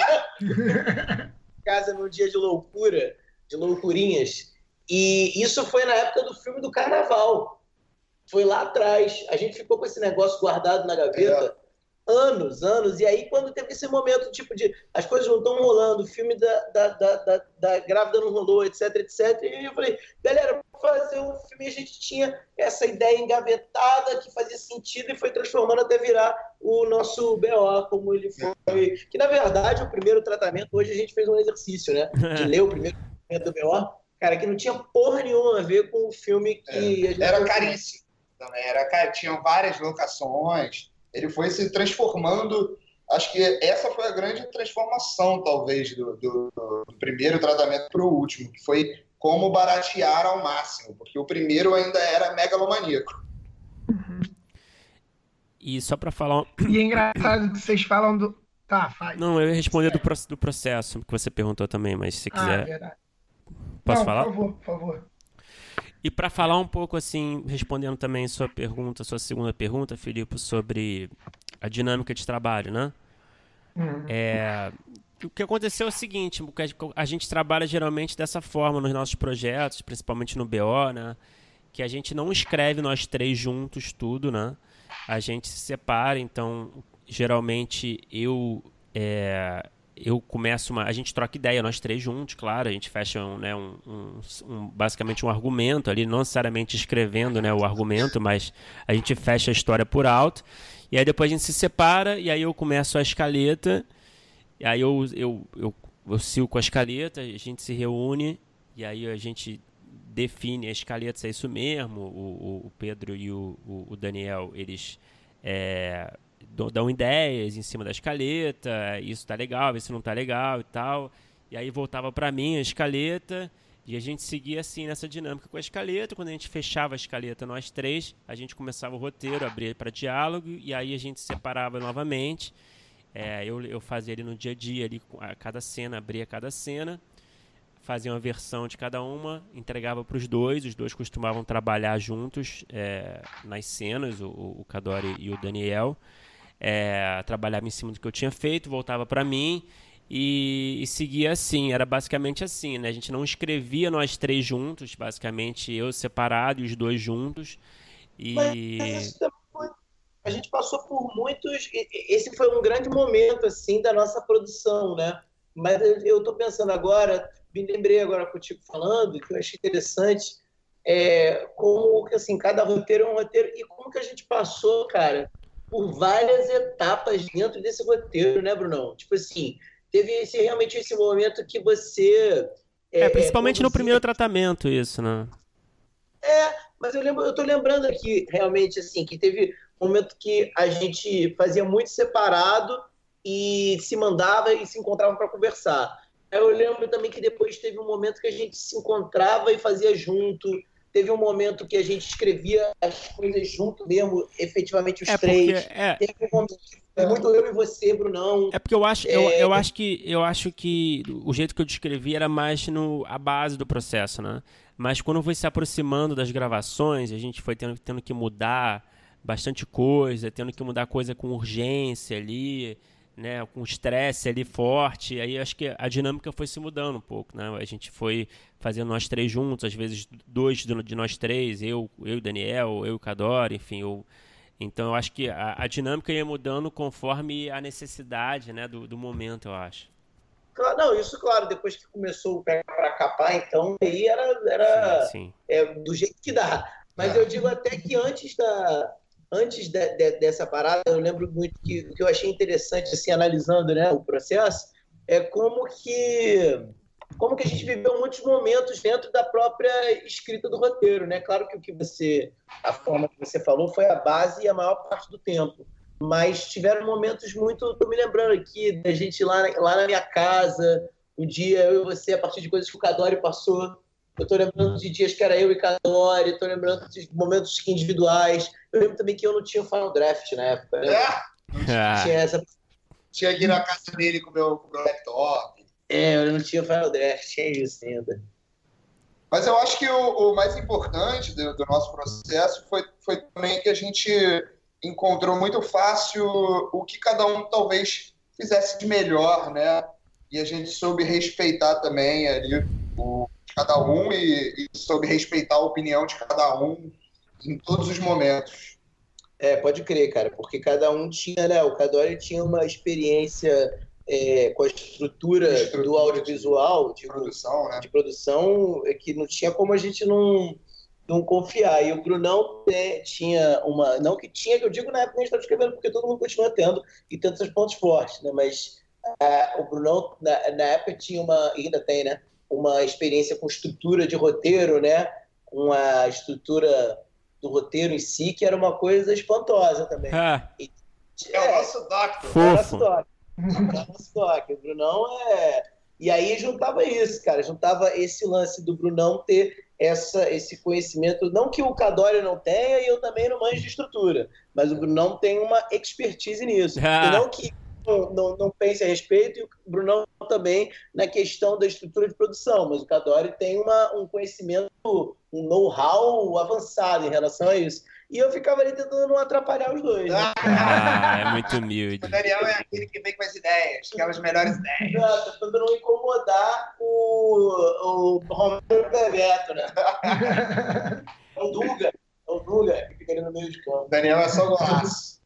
no casa num dia de loucura, de loucurinhas, e isso foi na época do filme do Carnaval. Foi lá atrás. A gente ficou com esse negócio guardado na gaveta é. anos, anos. E aí, quando teve esse momento, tipo, de as coisas não estão rolando, o filme da, da, da, da, da grávida não rolou, etc, etc. E eu falei, galera, vamos fazer um filme. E a gente tinha essa ideia engavetada que fazia sentido e foi transformando até virar o nosso B O, como ele foi. Que, na verdade, o primeiro tratamento, hoje a gente fez um exercício, né? De ler o primeiro tratamento do B O, cara, que não tinha porra nenhuma a ver com o filme que... É. A gente Era caríssimo. Também era, tinham várias locações, ele foi se transformando. Acho que essa foi a grande transformação, talvez, do, do, do primeiro tratamento para o último, que foi como baratear ao máximo, porque o primeiro ainda era megalomaníaco. Uhum. E só para falar. E é engraçado que vocês falam do. Tá, faz. Não, eu ia responder do, do processo que você perguntou também, mas se você quiser. Ah, verdade. Posso Não, falar? Por favor, por favor. E para falar um pouco, assim, respondendo também sua pergunta, sua segunda pergunta, Filipe, sobre a dinâmica de trabalho, né? Uhum. É, o que aconteceu é o seguinte, a gente trabalha geralmente dessa forma nos nossos projetos, principalmente no B O, né? Que a gente não escreve nós três juntos tudo, né? A gente se separa, então, geralmente eu... É, eu começo uma... A gente troca ideia, nós três juntos, claro. A gente fecha um, né, um, um, um, basicamente um argumento ali, não necessariamente escrevendo, né, o argumento, mas a gente fecha a história por alto. E aí depois a gente se separa, e aí eu começo a escaleta, e aí eu, eu, eu, eu sigo com a escaleta, a gente se reúne, e aí a gente define a escaleta, se é isso mesmo. O, o Pedro e o, o, o Daniel, eles... É, dão ideias em cima da escaleta, isso tá legal, isso não tá legal e tal. E aí voltava para mim a escaleta e a gente seguia assim nessa dinâmica com a escaleta. Quando a gente fechava a escaleta nós três, a gente começava o roteiro, abria para diálogo e aí a gente separava novamente. É, eu, eu fazia ali no dia a dia, ali, a cada cena, abria cada cena, fazia uma versão de cada uma, entregava para os dois. Os dois costumavam trabalhar juntos é, nas cenas, o, o Cadore e o Daniel. É, trabalhava em cima do que eu tinha feito, voltava para mim e, e seguia assim, era basicamente assim, né? A gente não escrevia nós três juntos, basicamente eu separado e os dois juntos. E... Mas isso também foi... A gente passou por muitos... Esse foi um grande momento, assim, da nossa produção, né? Mas eu estou pensando agora, me lembrei agora contigo falando, que eu achei interessante, é, como que, assim, cada roteiro é um roteiro, e como que a gente passou, cara, por várias etapas dentro desse roteiro, né, Brunão? Tipo assim, teve esse, realmente esse momento que você... É, é principalmente no primeiro tratamento isso, né? É, mas eu lembro, eu tô lembrando aqui, realmente, assim, que teve um momento que a gente fazia muito separado e se mandava e se encontrava para conversar. Eu lembro também que depois teve um momento que a gente se encontrava e fazia junto. Teve um momento que a gente escrevia as coisas junto mesmo, efetivamente os é três. Porque, é... Teve um momento que foi muito eu e você, Brunão. É porque eu acho, é... eu, eu, acho que, eu acho que o jeito que eu descrevi era mais no, a base do processo, né? Mas quando foi se aproximando das gravações, a gente foi tendo, tendo que mudar bastante coisa, tendo que mudar coisa com urgência ali, né, com estresse ali forte, aí acho que a dinâmica foi se mudando um pouco, né? A gente foi fazendo nós três juntos, às vezes dois de nós três, eu, eu e o Daniel, eu e o Cadore, enfim, eu... Então eu acho que a, a dinâmica ia mudando conforme a necessidade, né, do, do momento, eu acho. Claro, não, isso claro, depois que começou o pé para capar, então aí era, era sim, sim. É, do jeito que dá. Mas é. eu digo até que antes da, antes de, de, dessa parada, eu lembro muito que o que eu achei interessante, assim, analisando, né, o processo, é como que, como que a gente viveu muitos momentos dentro da própria escrita do roteiro, né? Claro que o que você, a forma que você falou foi a base e a maior parte do tempo. Mas tiveram momentos muito... Estou me lembrando aqui da gente lá, lá na minha casa, um dia eu e você, a partir de coisas que o Cadore passou. Eu estou lembrando de dias que era eu e Cadore, estou lembrando de momentos individuais. Eu lembro também que eu não tinha o Final Draft na época, né? É. Tinha essa... Tinha que ir na casa dele com o meu, com o meu laptop. É, eu não tinha o Final Draft, tinha isso ainda. Mas eu acho que o, o mais importante do, do nosso processo foi, foi também que a gente encontrou muito fácil o que cada um talvez fizesse de melhor, né? E a gente soube respeitar também ali o de cada um e, e soube respeitar a opinião de cada um em todos os momentos. É, pode crer, cara, porque cada um tinha, né? O Cadore tinha uma experiência é, com a estrutura, estrutura do audiovisual, de, de produção, né? De produção, que não tinha como a gente não, não confiar. E o Brunão te, tinha uma... Não que tinha, que eu digo na época que a gente estava escrevendo, porque todo mundo continua tendo, e tendo seus pontos fortes, né? Mas uh, o Brunão, na, na época, tinha uma... ainda tem, né? Uma experiência com estrutura de roteiro, né? Com a estrutura do roteiro em si, que era uma coisa espantosa também. Ah, e, é, é o nosso doctor. Fofo. É o nosso doctor. É o nosso doctor. O Brunão é... E aí juntava isso, cara. Juntava esse lance do Brunão ter essa, esse conhecimento. Não que o Cadore não tenha e eu também não manjo de estrutura. Mas o Brunão tem uma expertise nisso. Ah. E não que não, não, não pense a respeito, e o Brunão também na questão da estrutura de produção. Mas o Cadore tem uma, um conhecimento, um know-how avançado em relação a isso. E eu ficava ali tentando não atrapalhar os dois. Né? Ah, é muito humilde. O Daniel é aquele que vem com as ideias, aquelas melhores ideias. Não, tentando não incomodar o, o Romero Bebeto, né? É o Duga. É o Duga que fica ali no meio de campo. O Daniel é só golaço.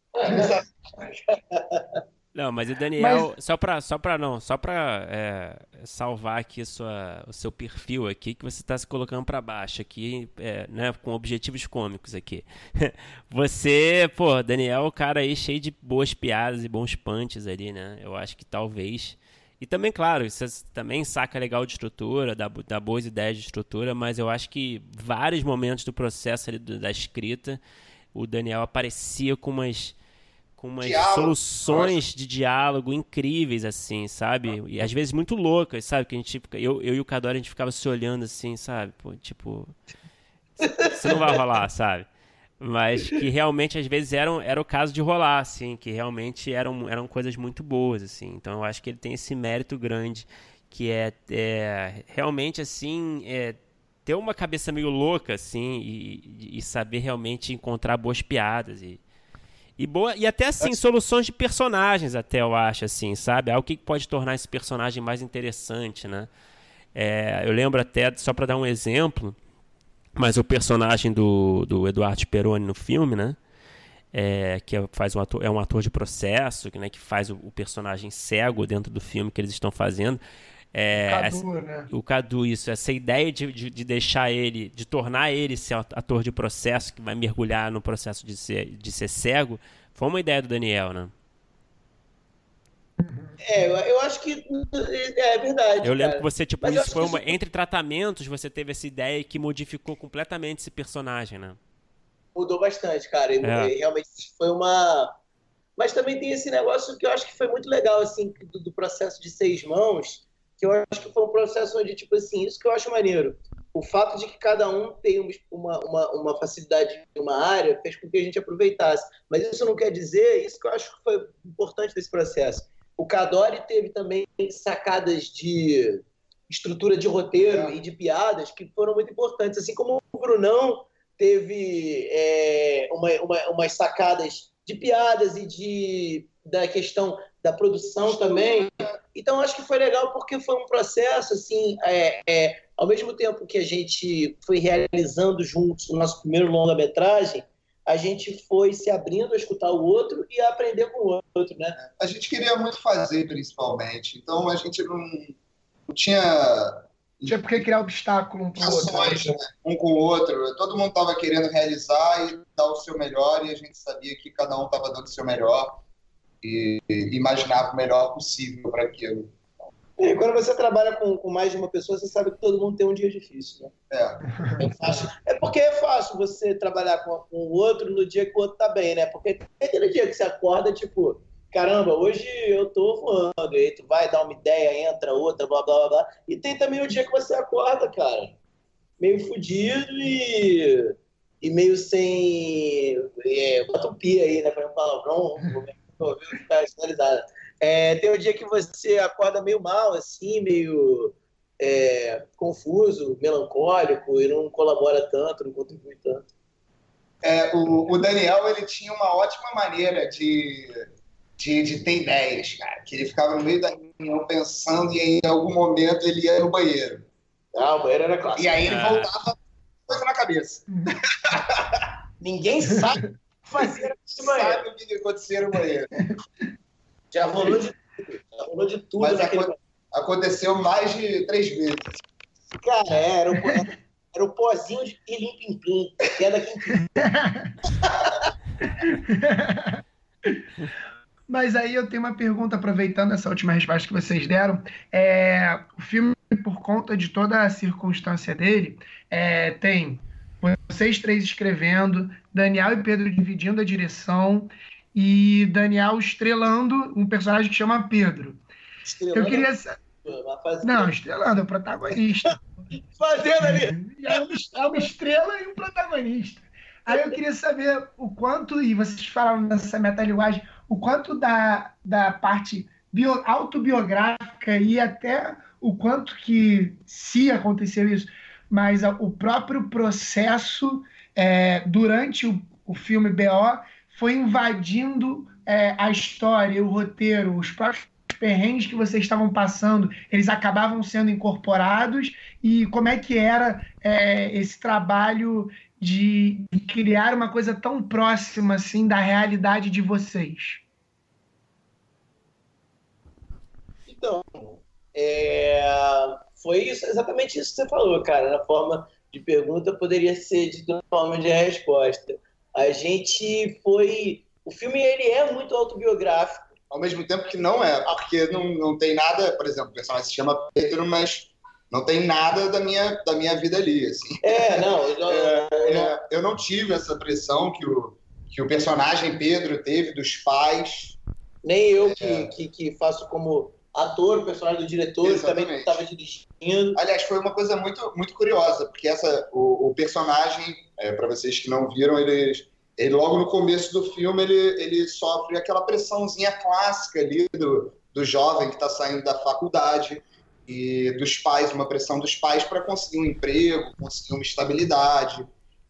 Não, mas o Daniel, Mas- só pra, só pra não, só pra é, salvar aqui sua, o seu perfil aqui, que você tá se colocando pra baixo aqui, é, né, com objetivos cômicos aqui. Você, pô, Daniel é um cara aí cheio de boas piadas e bons punches ali, né? Eu acho que talvez... E também, claro, você também saca legal de estrutura, dá, dá boas ideias de estrutura, mas eu acho que vários momentos do processo ali do- da escrita, o Daniel aparecia com umas... com umas Diálogo, soluções de diálogo incríveis, assim, sabe? E às vezes muito loucas, sabe? Que a gente fica, eu, eu e o Cadore, a gente ficava se olhando assim, sabe? Pô, tipo, isso não vai rolar, sabe? Mas que realmente às vezes eram, era o caso de rolar, assim, que realmente eram, eram coisas muito boas, assim. Então eu acho que ele tem esse mérito grande, que é, é realmente, assim, é, ter uma cabeça meio louca, assim, e, e saber realmente encontrar boas piadas e E, boa, e até assim, soluções de personagens, até eu acho, assim, sabe? Algo que pode tornar esse personagem mais interessante, né? É, eu lembro até, só para dar um exemplo, mas o personagem do, do Eduardo Speroni no filme, né? É, que é, faz um ator, é um ator de processo, né? Que faz o, o personagem cego dentro do filme que eles estão fazendo. É, Cadu, né? o Cadu, isso, essa ideia de, de, de deixar ele, de tornar ele ser ator de processo, que vai mergulhar no processo de ser, de ser cego, foi uma ideia do Daniel, né? É, eu, eu acho que é verdade. Eu lembro cara. que você, tipo, Mas eu isso acho foi que uma. isso- Entre tratamentos, você teve essa ideia que modificou completamente esse personagem, né? Mudou bastante, cara. E, É. e realmente foi uma. Mas também tem esse negócio que eu acho que foi muito legal, assim, do, do processo de seis mãos, que eu acho que foi um processo onde, tipo assim, isso que eu acho maneiro. O fato de que cada um tem uma, uma, uma facilidade em uma área fez com que a gente aproveitasse. Mas isso não quer dizer, isso que eu acho que foi importante desse processo. O Cadore teve também sacadas de estrutura de roteiro É. e de piadas que foram muito importantes, assim como o Brunão teve é, uma, uma, umas sacadas de piadas e de, da questão da produção também. Então, acho que foi legal porque foi um processo, assim, é, é, ao mesmo tempo que a gente foi realizando juntos o nosso primeiro longa-metragem, a gente foi se abrindo a escutar o outro e a aprender com o outro, né? A gente queria muito fazer, principalmente. Então, a gente não, não tinha Tinha por que criar obstáculo um pro outro. Ações, né? Um com o outro. Todo mundo estava querendo realizar e dar o seu melhor, e a gente sabia que cada um estava dando o seu melhor e, e imaginava o melhor possível para aquilo. E quando você trabalha com, com mais de uma pessoa, você sabe que todo mundo tem um dia difícil, né? É. É fácil. É porque é fácil você trabalhar com, com o outro no dia que o outro tá bem, né? Porque tem aquele dia que você acorda, tipo, caramba, hoje eu tô voando, aí tu vai dar uma ideia, entra outra, blá, blá, blá, blá. E tem também o dia que você acorda, cara, meio fudido e, e meio sem... É, bota um pi aí, né? Pra um palavrão, vou ficar sinalizado. É, tem o dia que você acorda meio mal, assim, meio é, confuso, melancólico e não colabora tanto, não contribui tanto. É, o, o Daniel, ele tinha uma ótima maneira de, de, de ter ideias, cara. Que ele ficava no meio da reunião pensando e em algum momento ele ia no banheiro. Ah, o banheiro era clássico. E aí ele voltava com coisa na cabeça. Ninguém sabe o que fazer no banheiro. Sabe o que acontecia no banheiro. Já rolou de tudo. Já rolou de tudo. Mas naquele... aco- aconteceu mais de três vezes. Cara, era o, era, era o pozinho de Quilim-Pim-Pim, que é daqui. Mas aí eu tenho uma pergunta, aproveitando essa última resposta que vocês deram. É, o filme, por conta de toda a circunstância dele, é, tem vocês três escrevendo, Daniel e Pedro dividindo a direção, e Daniel estrelando um personagem que chama Pedro. Estrelando Eu queria... Não, estrelando, é o protagonista. Fazendo ali. É uma, é uma estrela e um protagonista. Aí eu queria saber o quanto, e vocês falaram nessa metalinguagem, o quanto da, da parte bio, autobiográfica e até o quanto que, se aconteceu isso, mas a, o próprio processo é, durante o, o filme B O foi invadindo é, a história, o roteiro, os próprios perrengues que vocês estavam passando, eles acabavam sendo incorporados, e como é que era é, esse trabalho de, de criar uma coisa tão próxima assim da realidade de vocês? Então, é, foi isso, exatamente isso que você falou, cara. Na forma de pergunta poderia ser de uma forma de resposta. A gente foi... O filme, ele é muito autobiográfico. Ao mesmo tempo que não é, porque não, não tem nada... Por exemplo, o personagem se chama Pedro, mas não tem nada da minha, da minha vida ali, assim. É, não... Eu não, é, eu não... É, eu não tive essa pressão que o, que o personagem Pedro teve dos pais. Nem eu, que, é. que, que faço como ator, o personagem do diretor, Exatamente. também estava dirigindo. Aliás, foi uma coisa muito, muito curiosa, porque essa, o, o personagem, é, para vocês que não viram, ele, ele logo no começo do filme, ele, ele sofre aquela pressãozinha clássica ali do, do jovem que está saindo da faculdade e dos pais, uma pressão dos pais para conseguir um emprego, conseguir uma estabilidade.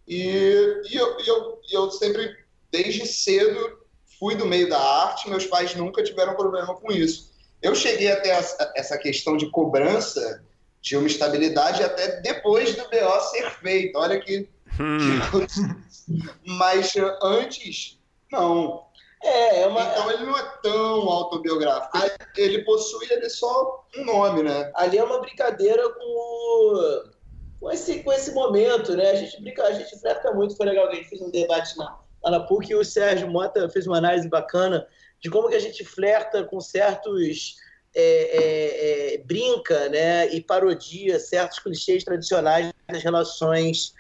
E, e eu, eu, eu sempre, desde cedo, fui do meio da arte, meus pais nunca tiveram problema com isso. Eu cheguei até essa, essa questão de cobrança de uma estabilidade até depois do B O ser feito. Olha que... Hum. Mas antes, não. É, é uma... Então ele não é tão autobiográfico. Ele possui ele só um nome, né? Ali é uma brincadeira com, o... com, esse, com esse momento, né? A gente brinca, a gente flerta muito. Foi legal que a gente fez um debate na, lá na P U C, e o Sérgio Mota fez uma análise bacana de como que a gente flerta com certos... É, é, é, brinca, né, e parodia certos clichês tradicionais das relações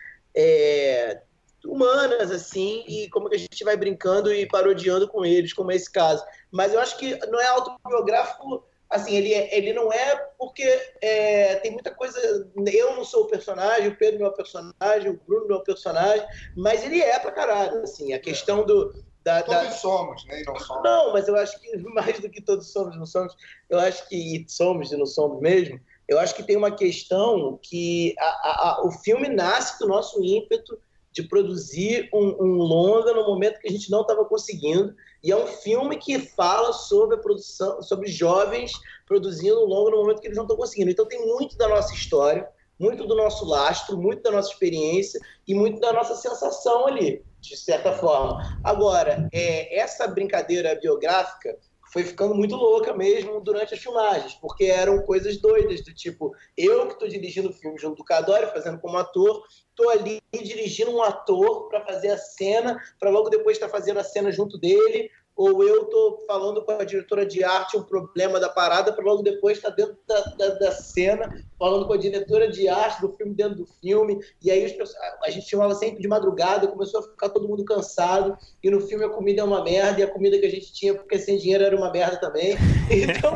é, humanas, assim, e como que a gente vai brincando e parodiando com eles, como é esse caso. Mas eu acho que não é autobiográfico, assim, ele, é, ele não é porque é, tem muita coisa... Eu não sou o personagem, o Pedro não é o personagem, o Bruno não é o personagem, mas ele é pra caralho, assim, a questão do... Da, todos da... somos, né? E não somos. Não, mas eu acho que mais do que todos somos, não somos, eu acho que somos e não somos mesmo, eu acho que tem uma questão que a, a, a, o filme nasce do nosso ímpeto de produzir um, um longa no momento que a gente não estava conseguindo, e é um filme que fala sobre a produção, sobre jovens produzindo um longa no momento que eles não estão conseguindo. Então tem muito da nossa história, muito do nosso lastro, muito da nossa experiência e muito da nossa sensação ali, de certa forma. Agora, é, essa brincadeira biográfica foi ficando muito louca mesmo durante as filmagens, porque eram coisas doidas, do tipo, eu que estou dirigindo o filme junto do Cadore, fazendo como ator, estou ali dirigindo um ator para fazer a cena, para logo depois estar fazendo a cena junto dele, ou eu estou falando com a diretora de arte um problema da parada, para logo depois estar dentro da, da, da cena, falando com a diretora de arte do filme dentro do filme, e aí os, a gente filmava sempre de madrugada, começou a ficar todo mundo cansado, e no filme a comida é uma merda, e a comida que a gente tinha, porque sem dinheiro era uma merda também. Então,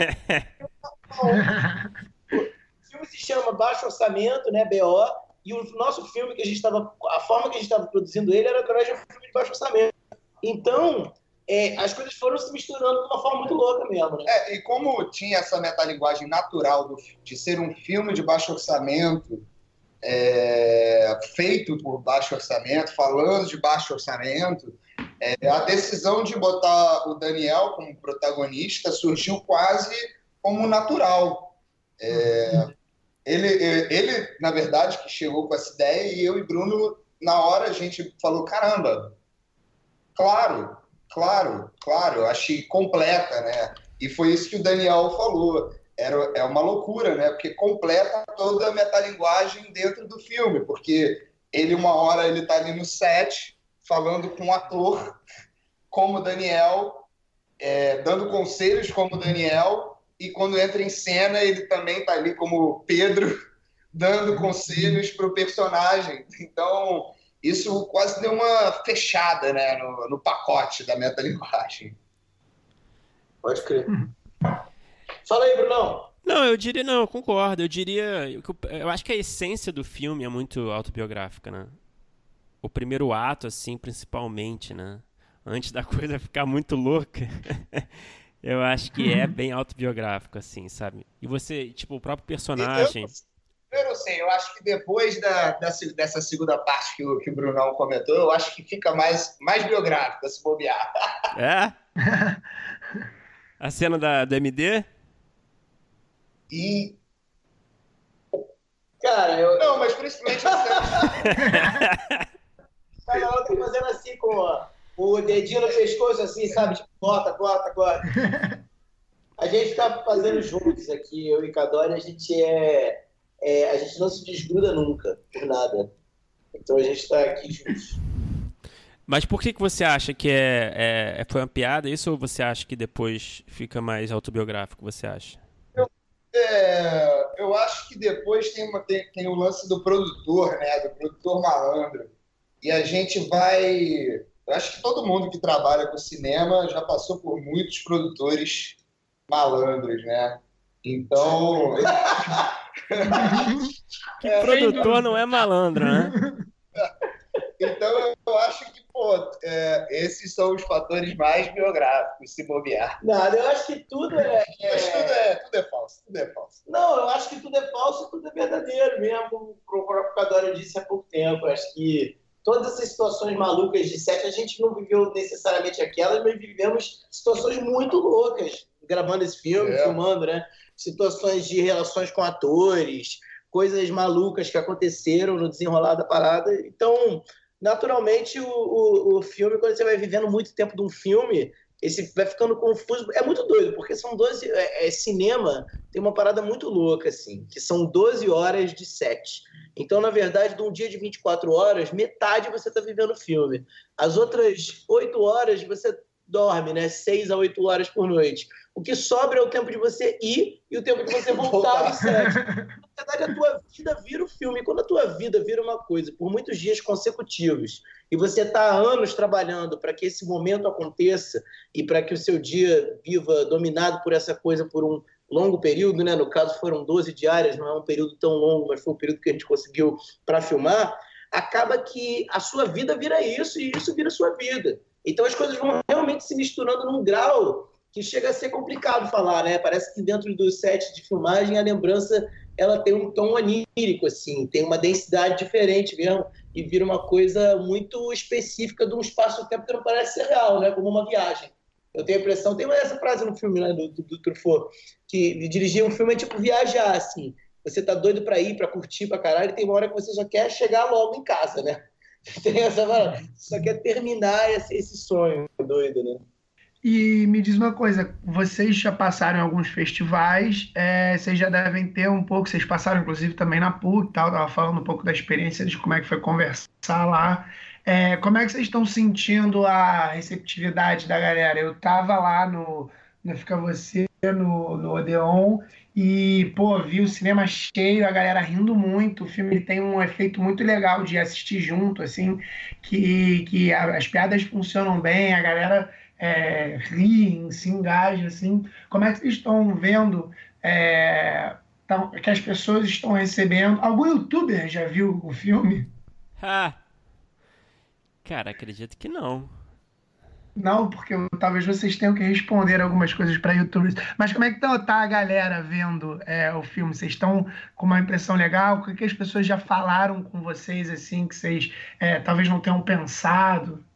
o filme se chama Baixo Orçamento, né, B O, e o nosso filme que a gente estava, a forma que a gente estava produzindo ele era através de um filme de baixo orçamento. Então, É, as coisas foram se misturando de uma forma muito louca mesmo, né? É, e como tinha essa metalinguagem natural do, de ser um filme de baixo orçamento, é, feito por baixo orçamento, falando de baixo orçamento, é, a decisão de botar o Daniel como protagonista surgiu quase como natural. É, ele, ele, na verdade, que chegou com essa ideia, e eu e Bruno, na hora, a gente falou, caramba, claro... Claro, claro, eu achei completa, né? E foi isso que o Daniel falou. Era, é uma loucura, né? Porque completa toda a metalinguagem dentro do filme, porque ele, uma hora, ele tá ali no set, falando com um ator como o Daniel, é, dando conselhos como o Daniel, e quando entra em cena, ele também tá ali como Pedro, dando conselhos pro personagem. Então... isso quase deu uma fechada, né, no, no pacote da metalinguagem. Pode crer. Fala aí, Brunão. Não, eu diria, não, eu concordo. Eu diria, eu, eu acho que a essência do filme é muito autobiográfica, né? O primeiro ato, assim, principalmente, né? Antes da coisa ficar muito louca, eu acho que é bem autobiográfico, assim, sabe? E você, tipo, o próprio personagem... Eu, eu não sei, eu acho que depois da, da, dessa segunda parte que o, que o Brunão comentou, eu acho que fica mais, mais biográfico, se bobear. É? A cena da, do M D? E... Cara, eu... Não, mas principalmente... Cada hora tá fazendo assim com ó, o dedinho no pescoço, assim, sabe? Tipo, bota, bota, bota. A gente tá fazendo juntos aqui, eu e Cadore, a gente é... É, a gente não se desgruda nunca, por nada. Então a gente está aqui juntos. Mas por que, que você acha que é, é, foi uma piada isso, ou você acha que depois fica mais autobiográfico, você acha? Eu, é, eu acho que depois tem, uma, tem, tem o lance do produtor, né? Do produtor malandro. E a gente vai... Eu acho que todo mundo que trabalha com cinema já passou por muitos produtores malandros, né? Então... Que é, produtor não é malandro, né? Então eu acho que, pô, é, esses são os fatores mais biográficos, se bobear. Nada, eu acho que tudo é, é... Mas tudo é, tudo é falso, tudo é falso. Não, eu acho que tudo é falso e tudo é verdadeiro mesmo, como o próprio Cadore disse há pouco tempo. Eu acho que todas essas situações malucas de set, a gente não viveu necessariamente aquelas, mas vivemos situações muito loucas, gravando esse filme, é. filmando, né? Situações de relações com atores, coisas malucas que aconteceram no desenrolar da parada. Então, naturalmente, o, o, o filme, quando você vai vivendo muito tempo de um filme, esse vai ficando confuso. É muito doido, porque são doze... É, é, cinema tem uma parada muito louca, assim, que são doze horas de set. Então, na verdade, de um dia de vinte e quatro horas, metade você está vivendo o filme. As outras oito horas você dorme, né? seis a oito horas por noite. O que sobra é o tempo de você ir e o tempo de você voltar do set. Na verdade, a tua vida vira o filme. E quando a tua vida vira uma coisa por muitos dias consecutivos e você está há anos trabalhando para que esse momento aconteça e para que o seu dia viva dominado por essa coisa por um longo período, né? No caso foram doze diárias, não é um período tão longo, mas foi um período que a gente conseguiu para filmar, acaba que a sua vida vira isso e isso vira a sua vida. Então as coisas vão realmente se misturando num grau que chega a ser complicado falar, né? Parece que dentro do set de filmagem a lembrança ela tem um tom onírico, assim, tem uma densidade diferente mesmo e vira uma coisa muito específica de um espaço-tempo que não parece ser real, né? Como uma viagem. Eu tenho a impressão, tem essa frase no filme, né, do, do, do Truffaut, que dirigir um filme é tipo viajar, assim. Você tá doido pra ir, pra curtir pra caralho, e tem uma hora que você só quer chegar logo em casa, né? Tem essa, só quer terminar esse, esse sonho doido, né? E me diz uma coisa, vocês já passaram em alguns festivais, é, vocês já devem ter um pouco, vocês passaram inclusive também na PUC e tal, tava falando um pouco da experiência de como é que foi conversar lá. É, como é que vocês estão sentindo a receptividade da galera? Eu tava lá no, no Fica Você, no, no Odeon, e, pô, vi o cinema cheio, a galera rindo muito, o filme ele tem um efeito muito legal de assistir junto, assim, que, que a- as piadas funcionam bem, a galera é, riem, se engajam, assim. Como é que vocês estão vendo é, tão- que as pessoas estão recebendo? Algum youtuber já viu o filme? Ah, cara, acredito que não. Não, porque eu- talvez vocês tenham que responder algumas coisas para youtubers. Mas como é que tá, tá a galera vendo é, o filme? Vocês estão com uma impressão legal? O que, que as pessoas já falaram com vocês, assim, que vocês é, talvez não tenham pensado?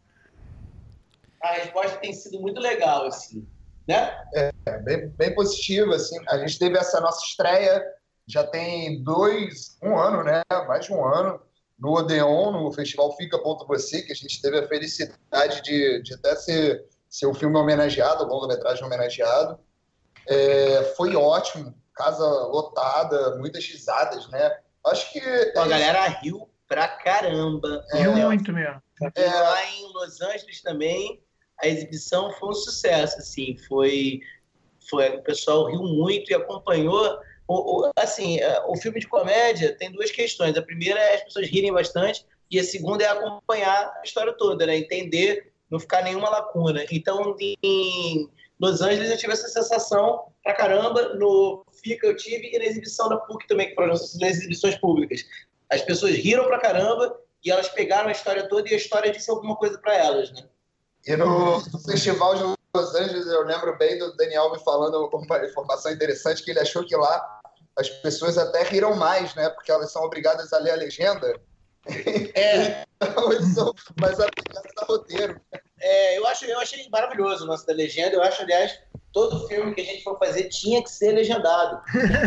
A resposta tem sido muito legal, assim, né? É bem, bem positivo, assim. A gente teve essa nossa estreia, já tem dois, um ano, né? Mais de um ano, no Odeon, no Festival Fica Ponto Você, que a gente teve a felicidade de, de até ser, ser o filme homenageado, o longa-metragem homenageado. É, foi ótimo, casa lotada, muitas risadas, né? Acho que Então, a galera riu pra caramba. Viu É, muito mesmo. E lá em Los Angeles também, a exibição foi um sucesso, assim, foi, foi o pessoal riu muito e acompanhou. O, o- assim, é, o filme de comédia tem duas questões. A primeira é as pessoas rirem bastante e a segunda é acompanhar a história toda, né? Entender, não ficar nenhuma lacuna. Então, em Los Angeles eu tive essa sensação pra caramba, no Fica eu tive e na exibição da PUC também, que foram as exibições públicas. As pessoas riram pra caramba e elas pegaram a história toda e a história disse alguma coisa pra elas, né? E no, no Festival de Los Angeles, eu lembro bem do Daniel me falando uma informação interessante, que ele achou que lá as pessoas até riram mais, né? Porque elas são obrigadas a ler a legenda. É, Então, eles são mais aplicados a roteiro. é, eu, acho, eu achei maravilhoso o lance da legenda. Eu acho, aliás, todo filme que a gente for fazer tinha que ser legendado.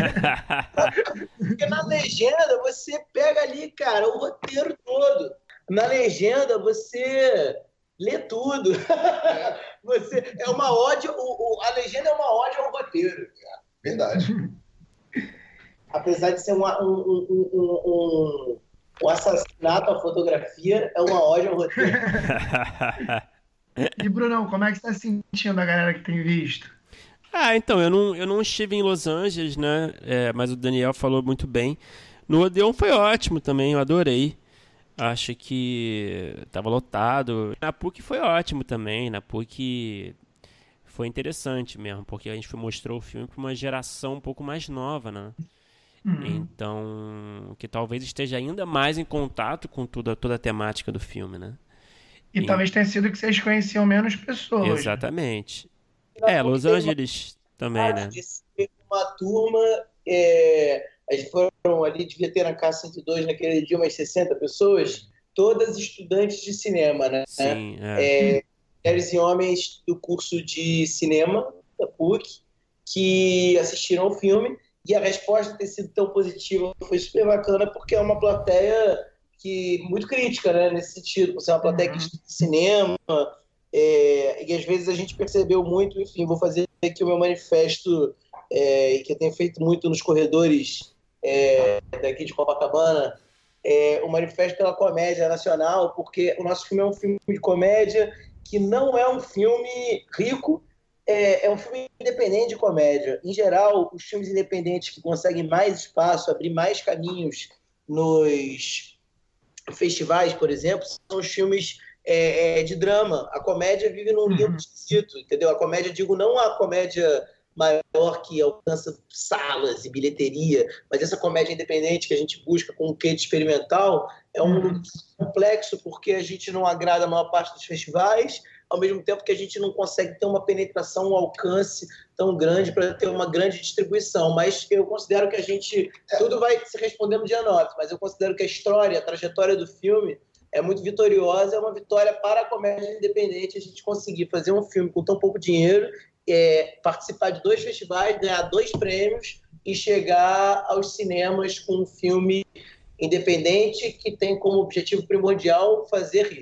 Porque na legenda você pega ali, cara, o roteiro todo. Na legenda você lê tudo. Você, é uma ode, o, o- a legenda é uma ode ao roteiro. Verdade. Apesar de ser uma- um, um, um, um, um assassinato à fotografia, é uma ode ao roteiro. E, Brunão, como é que você está sentindo a galera que tem visto? Ah, então, eu não, eu não estive em Los Angeles, né? É, mas o Daniel falou muito bem. No Odeon foi ótimo também, eu adorei. Acho que tava lotado. Na PUC foi ótimo também. Na PUC foi interessante mesmo, porque a gente foi- mostrou o filme para uma geração um pouco mais nova, né? Uhum. Então, que talvez esteja ainda mais em contato com toda, toda a temática do filme, né? E E- talvez tenha sido que vocês conheciam menos pessoas. né? Exatamente. É, Los Angeles também, né? de ser uma turma, é, a gente foram ali, devia ter na Casa cento e dois naquele dia umas sessenta pessoas, todas estudantes de cinema, né? Sim, é. É, mulheres e homens do curso de cinema da PUC que assistiram ao filme e a resposta ter sido tão positiva foi super bacana porque é uma plateia que muito crítica, né, nesse sentido, por ser uma plateia que Uhum. estuda cinema, é, e às vezes a gente percebeu muito, enfim, vou fazer aqui o meu manifesto, é, que eu tenho feito muito nos corredores é, daqui de Copacabana, é, o manifesto pela comédia nacional, porque o nosso filme é um filme de comédia que não é um filme rico, é, é um filme independente de comédia. Em geral, os filmes independentes que conseguem mais espaço, abrir mais caminhos nos festivais, por exemplo, são os filmes é, é, de drama. A comédia vive num limbo Uhum. esquisito, entendeu? A comédia, digo, não a comédia maior que alcança salas e bilheteria, mas essa comédia independente que a gente busca com um quê de experimental é um Uhum. complexo porque a gente não agrada a maior parte dos festivais, ao mesmo tempo que a gente não consegue ter uma penetração, um alcance tão grande para ter uma grande distribuição. Mas eu considero que a gente... Tudo vai se responder no dia nove, mas eu considero que a história, a trajetória do filme é muito vitoriosa, é uma vitória para a comédia independente a gente conseguir fazer um filme com tão pouco dinheiro, é, participar de dois festivais, ganhar dois prêmios e chegar aos cinemas com um filme independente que tem como objetivo primordial fazer rir.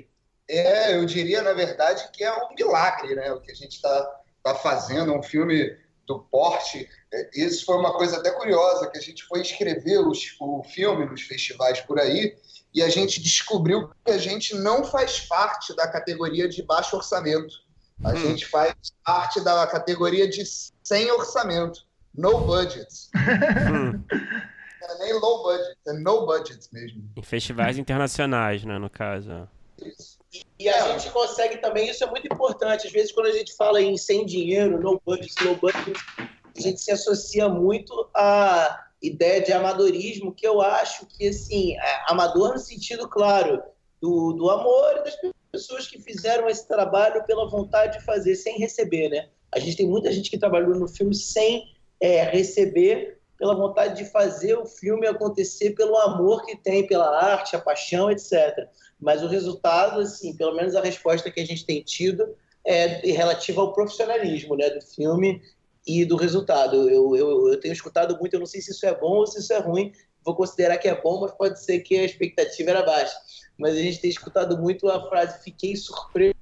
É, eu diria, na verdade, que é um milagre, né? O que a gente está tá fazendo, um filme do porte. Isso foi uma coisa até curiosa, que a gente foi escrever os, o filme nos festivais por aí, e a gente descobriu que a gente não faz parte da categoria de baixo orçamento. A hum. gente faz parte da categoria de sem orçamento, no budget. Hum. Não é nem low budget, é no budget mesmo. Em festivais internacionais, né, no caso. Isso. E a é. gente consegue também, isso é muito importante, às vezes quando a gente fala em sem dinheiro, no budget, low budget, a gente se associa muito à ideia de amadorismo, que eu acho que, assim, é amador no sentido, claro, do, do amor e das pessoas que fizeram esse trabalho pela vontade de fazer, sem receber, né? A gente tem muita gente que trabalhou no filme sem é, receber, pela vontade de fazer o filme acontecer, pelo amor que tem pela arte, a paixão, etcétera. Mas o resultado, assim, pelo menos a resposta que a gente tem tido é relativa ao profissionalismo, né, do filme e do resultado. Eu, eu, eu tenho escutado muito, eu não sei se isso é bom ou se isso é ruim, vou considerar que é bom, mas pode ser que a expectativa era baixa. Mas a gente tem escutado muito a frase, fiquei surpreso.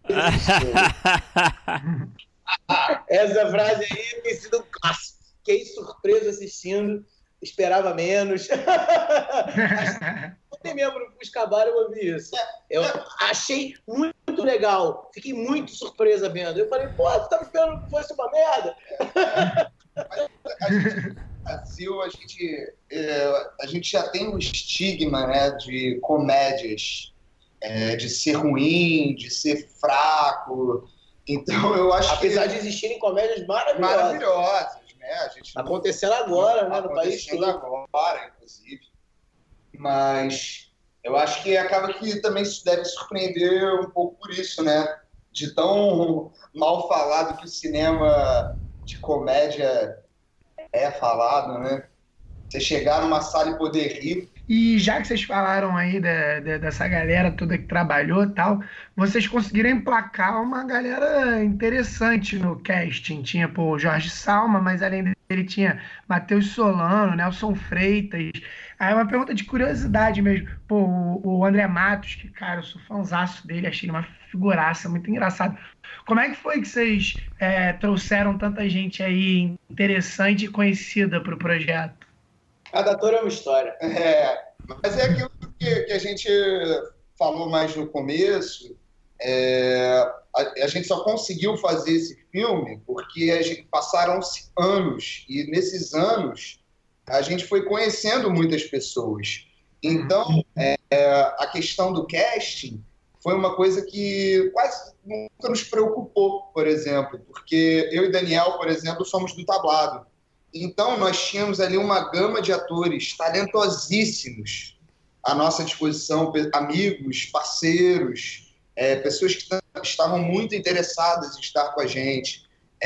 Essa frase aí tem sido um clássico. Fiquei surpreso assistindo, esperava menos. Ontem mesmo no Fuscabar eu ouvi isso. Eu achei muito legal, fiquei muito surpresa vendo. Eu falei, pô, você estava esperando que fosse uma merda? A gente, no Brasil, a gente, é, a gente já tem um estigma, né, de comédias, é, de ser ruim, de ser fraco. Então eu acho Apesar que... de existirem comédias maravilhosas. Maravilhosas. É, a gente não... Acontecendo agora, né, no país todo. Acontecendo agora, inclusive. Mas eu acho que acaba que também se deve surpreender um pouco por isso, né? De tão mal falado que o cinema de comédia é falado, né? Você chegar numa sala e poder rir. E já que vocês falaram aí da, da, dessa galera toda que trabalhou e tal, vocês conseguiram emplacar uma galera interessante no casting. Tinha, pô, o Jorge Salma, mas além dele tinha Matheus Solano, Nelson Freitas. Aí uma pergunta de curiosidade mesmo. Pô, o, o André Matos, que, cara, eu sou fãzaço dele, achei ele uma figuraça, muito engraçado. Como é que foi que vocês é, trouxeram tanta gente aí interessante e conhecida para o projeto? Cada ator é uma história. É, mas é aquilo que, que a gente falou mais no começo. É, a, a gente só conseguiu fazer esse filme porque a gente, passaram-se anos, e nesses anos a gente foi conhecendo muitas pessoas. Então, é, a questão do casting foi uma coisa que quase nunca nos preocupou, por exemplo, porque eu e Daniel, por exemplo, somos do tablado. Então, nós tínhamos ali uma gama de atores talentosíssimos à nossa disposição, amigos, parceiros, é, pessoas que estavam muito interessadas em estar com a gente.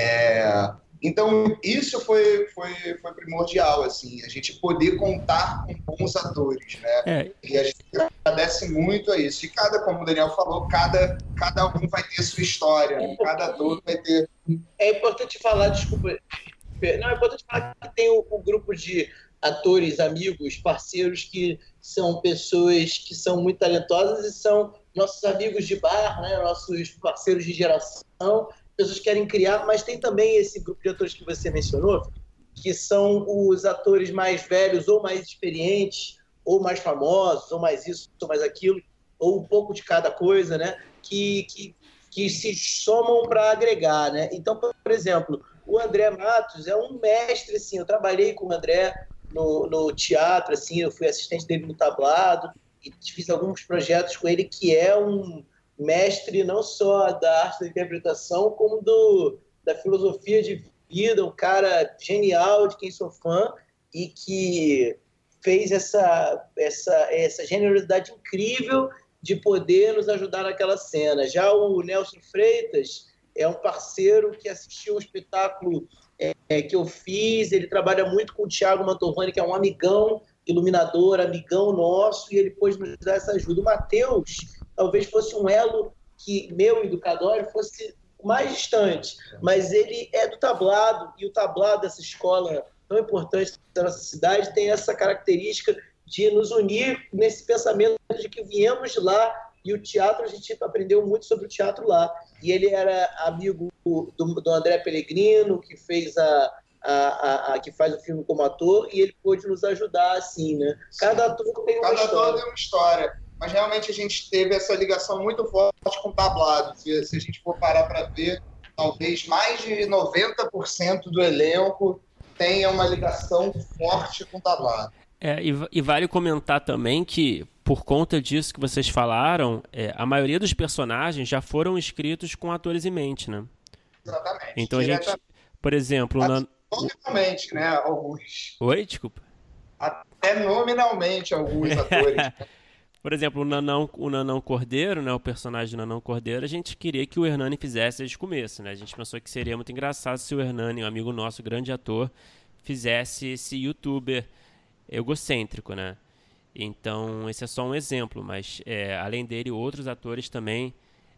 É, então, isso foi, foi, foi primordial, assim, a gente poder contar com bons atores, né? É. E a gente agradece muito a isso. E cada, como o Daniel falou, cada, cada um vai ter sua história, né? Cada ator vai ter... É importante falar, desculpa... Não, é importante falar que tem o, o grupo de atores, amigos, parceiros que são pessoas que são muito talentosas e são nossos amigos de bar, né, nossos parceiros de geração, pessoas que querem criar, mas tem também esse grupo de atores que você mencionou, que são os atores mais velhos ou mais experientes, ou mais famosos, ou mais isso, ou mais aquilo, ou um pouco de cada coisa, né, que, que, que se somam para agregar, né? Então, por exemplo... O André Matos é um mestre, assim, eu trabalhei com o André no, no teatro, assim, eu fui assistente dele no tablado e fiz alguns projetos com ele, que é um mestre não só da arte da interpretação, como do, da filosofia de vida, um cara genial, de quem sou fã, e que fez essa, essa, essa generosidade incrível de poder nos ajudar naquela cena. Já o Nelson Freitas... é um parceiro que assistiu o espetáculo é, que eu fiz, ele trabalha muito com o Thiago Mantovani, que é um amigão, iluminador, amigão nosso, e ele pôde nos dar essa ajuda. O Matheus talvez fosse um elo que meu e do Cadore fosse mais distante, mas ele é do tablado, e o tablado dessa escola tão importante da nossa cidade tem essa característica de nos unir nesse pensamento de que viemos lá e o teatro, a gente aprendeu muito sobre o teatro lá. E ele era amigo do, do André Pellegrino, que fez a, a, a, a que faz o filme como ator, e ele pôde nos ajudar, assim, né? Cada ator tem uma Cada história. ator tem uma história. Mas realmente a gente teve essa ligação muito forte com o tablado. Se, se a gente for parar para ver, talvez mais de noventa por cento do elenco tenha uma ligação forte com o tablado. É, e, e vale comentar também que, por conta disso que vocês falaram, é, a maioria dos personagens já foram escritos com atores em mente, né? Exatamente. Então a gente, por exemplo... Na... Nominalmente, né? Alguns. Oi, desculpa. Até nominalmente alguns atores. Por exemplo, o Nanão, o Nanão Cordeiro, né, o personagem do Nanão Cordeiro, a gente queria que o Hernani fizesse desde o começo, né? A gente pensou que seria muito engraçado se o Hernani, um amigo nosso, grande ator, fizesse esse youtuber egocêntrico, né? Então, esse é só um exemplo, mas é, além dele, outros atores também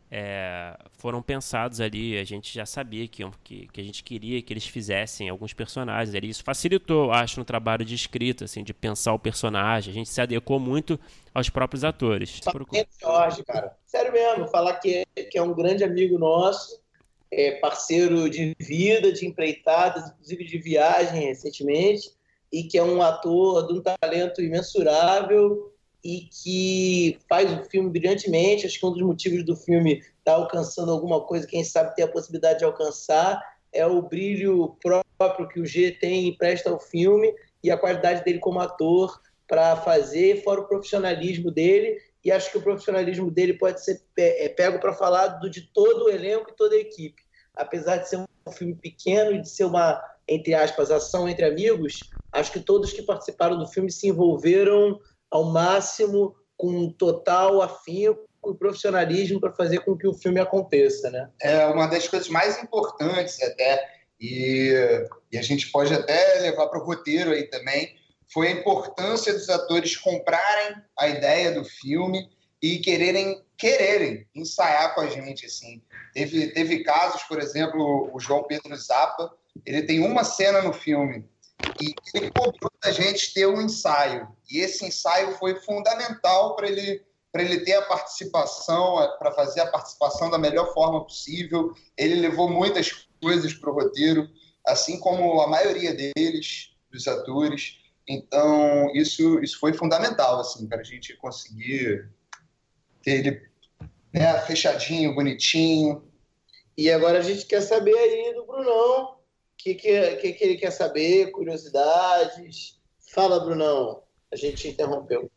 é, foram pensados ali. A gente já sabia que, que, que a gente queria que eles fizessem alguns personagens ali. Isso facilitou, acho, no trabalho de escrita, assim, de pensar o personagem. A gente se adequou muito aos próprios atores. Jorge, cara. Sério mesmo, falar que é, que é um grande amigo nosso, é parceiro de vida, de empreitadas, inclusive de viagem recentemente, e que é um ator de um talento imensurável e que faz o filme brilhantemente. Acho que um dos motivos do filme estar alcançando alguma coisa, quem sabe ter a possibilidade de alcançar, é o brilho próprio que o G tem e presta ao filme e a qualidade dele como ator para fazer, fora o profissionalismo dele. E acho que o profissionalismo dele pode ser pego para falar do, de todo o elenco e toda a equipe. Apesar de ser um filme pequeno e de ser uma, entre aspas, ação entre amigos, acho que todos que participaram do filme se envolveram ao máximo, com um total afinco e profissionalismo para fazer com que o filme aconteça, né? É uma das coisas mais importantes até, e, e a gente pode até levar para o roteiro aí também, foi a importância dos atores comprarem a ideia do filme e quererem, quererem ensaiar com a gente, assim. Teve, teve casos, por exemplo, o João Pedro Zappa, ele tem uma cena no filme e ele cobrou da gente ter um ensaio. E esse ensaio foi fundamental para ele, para ele ter a participação, para fazer a participação da melhor forma possível. Ele levou muitas coisas para o roteiro, assim como a maioria deles, dos atores. Então, isso, isso foi fundamental, assim, para a gente conseguir ter ele, né, fechadinho, bonitinho. E agora a gente quer saber aí do Brunão, o que, que, que, que ele quer saber, curiosidades. Fala, Brunão, a gente interrompeu.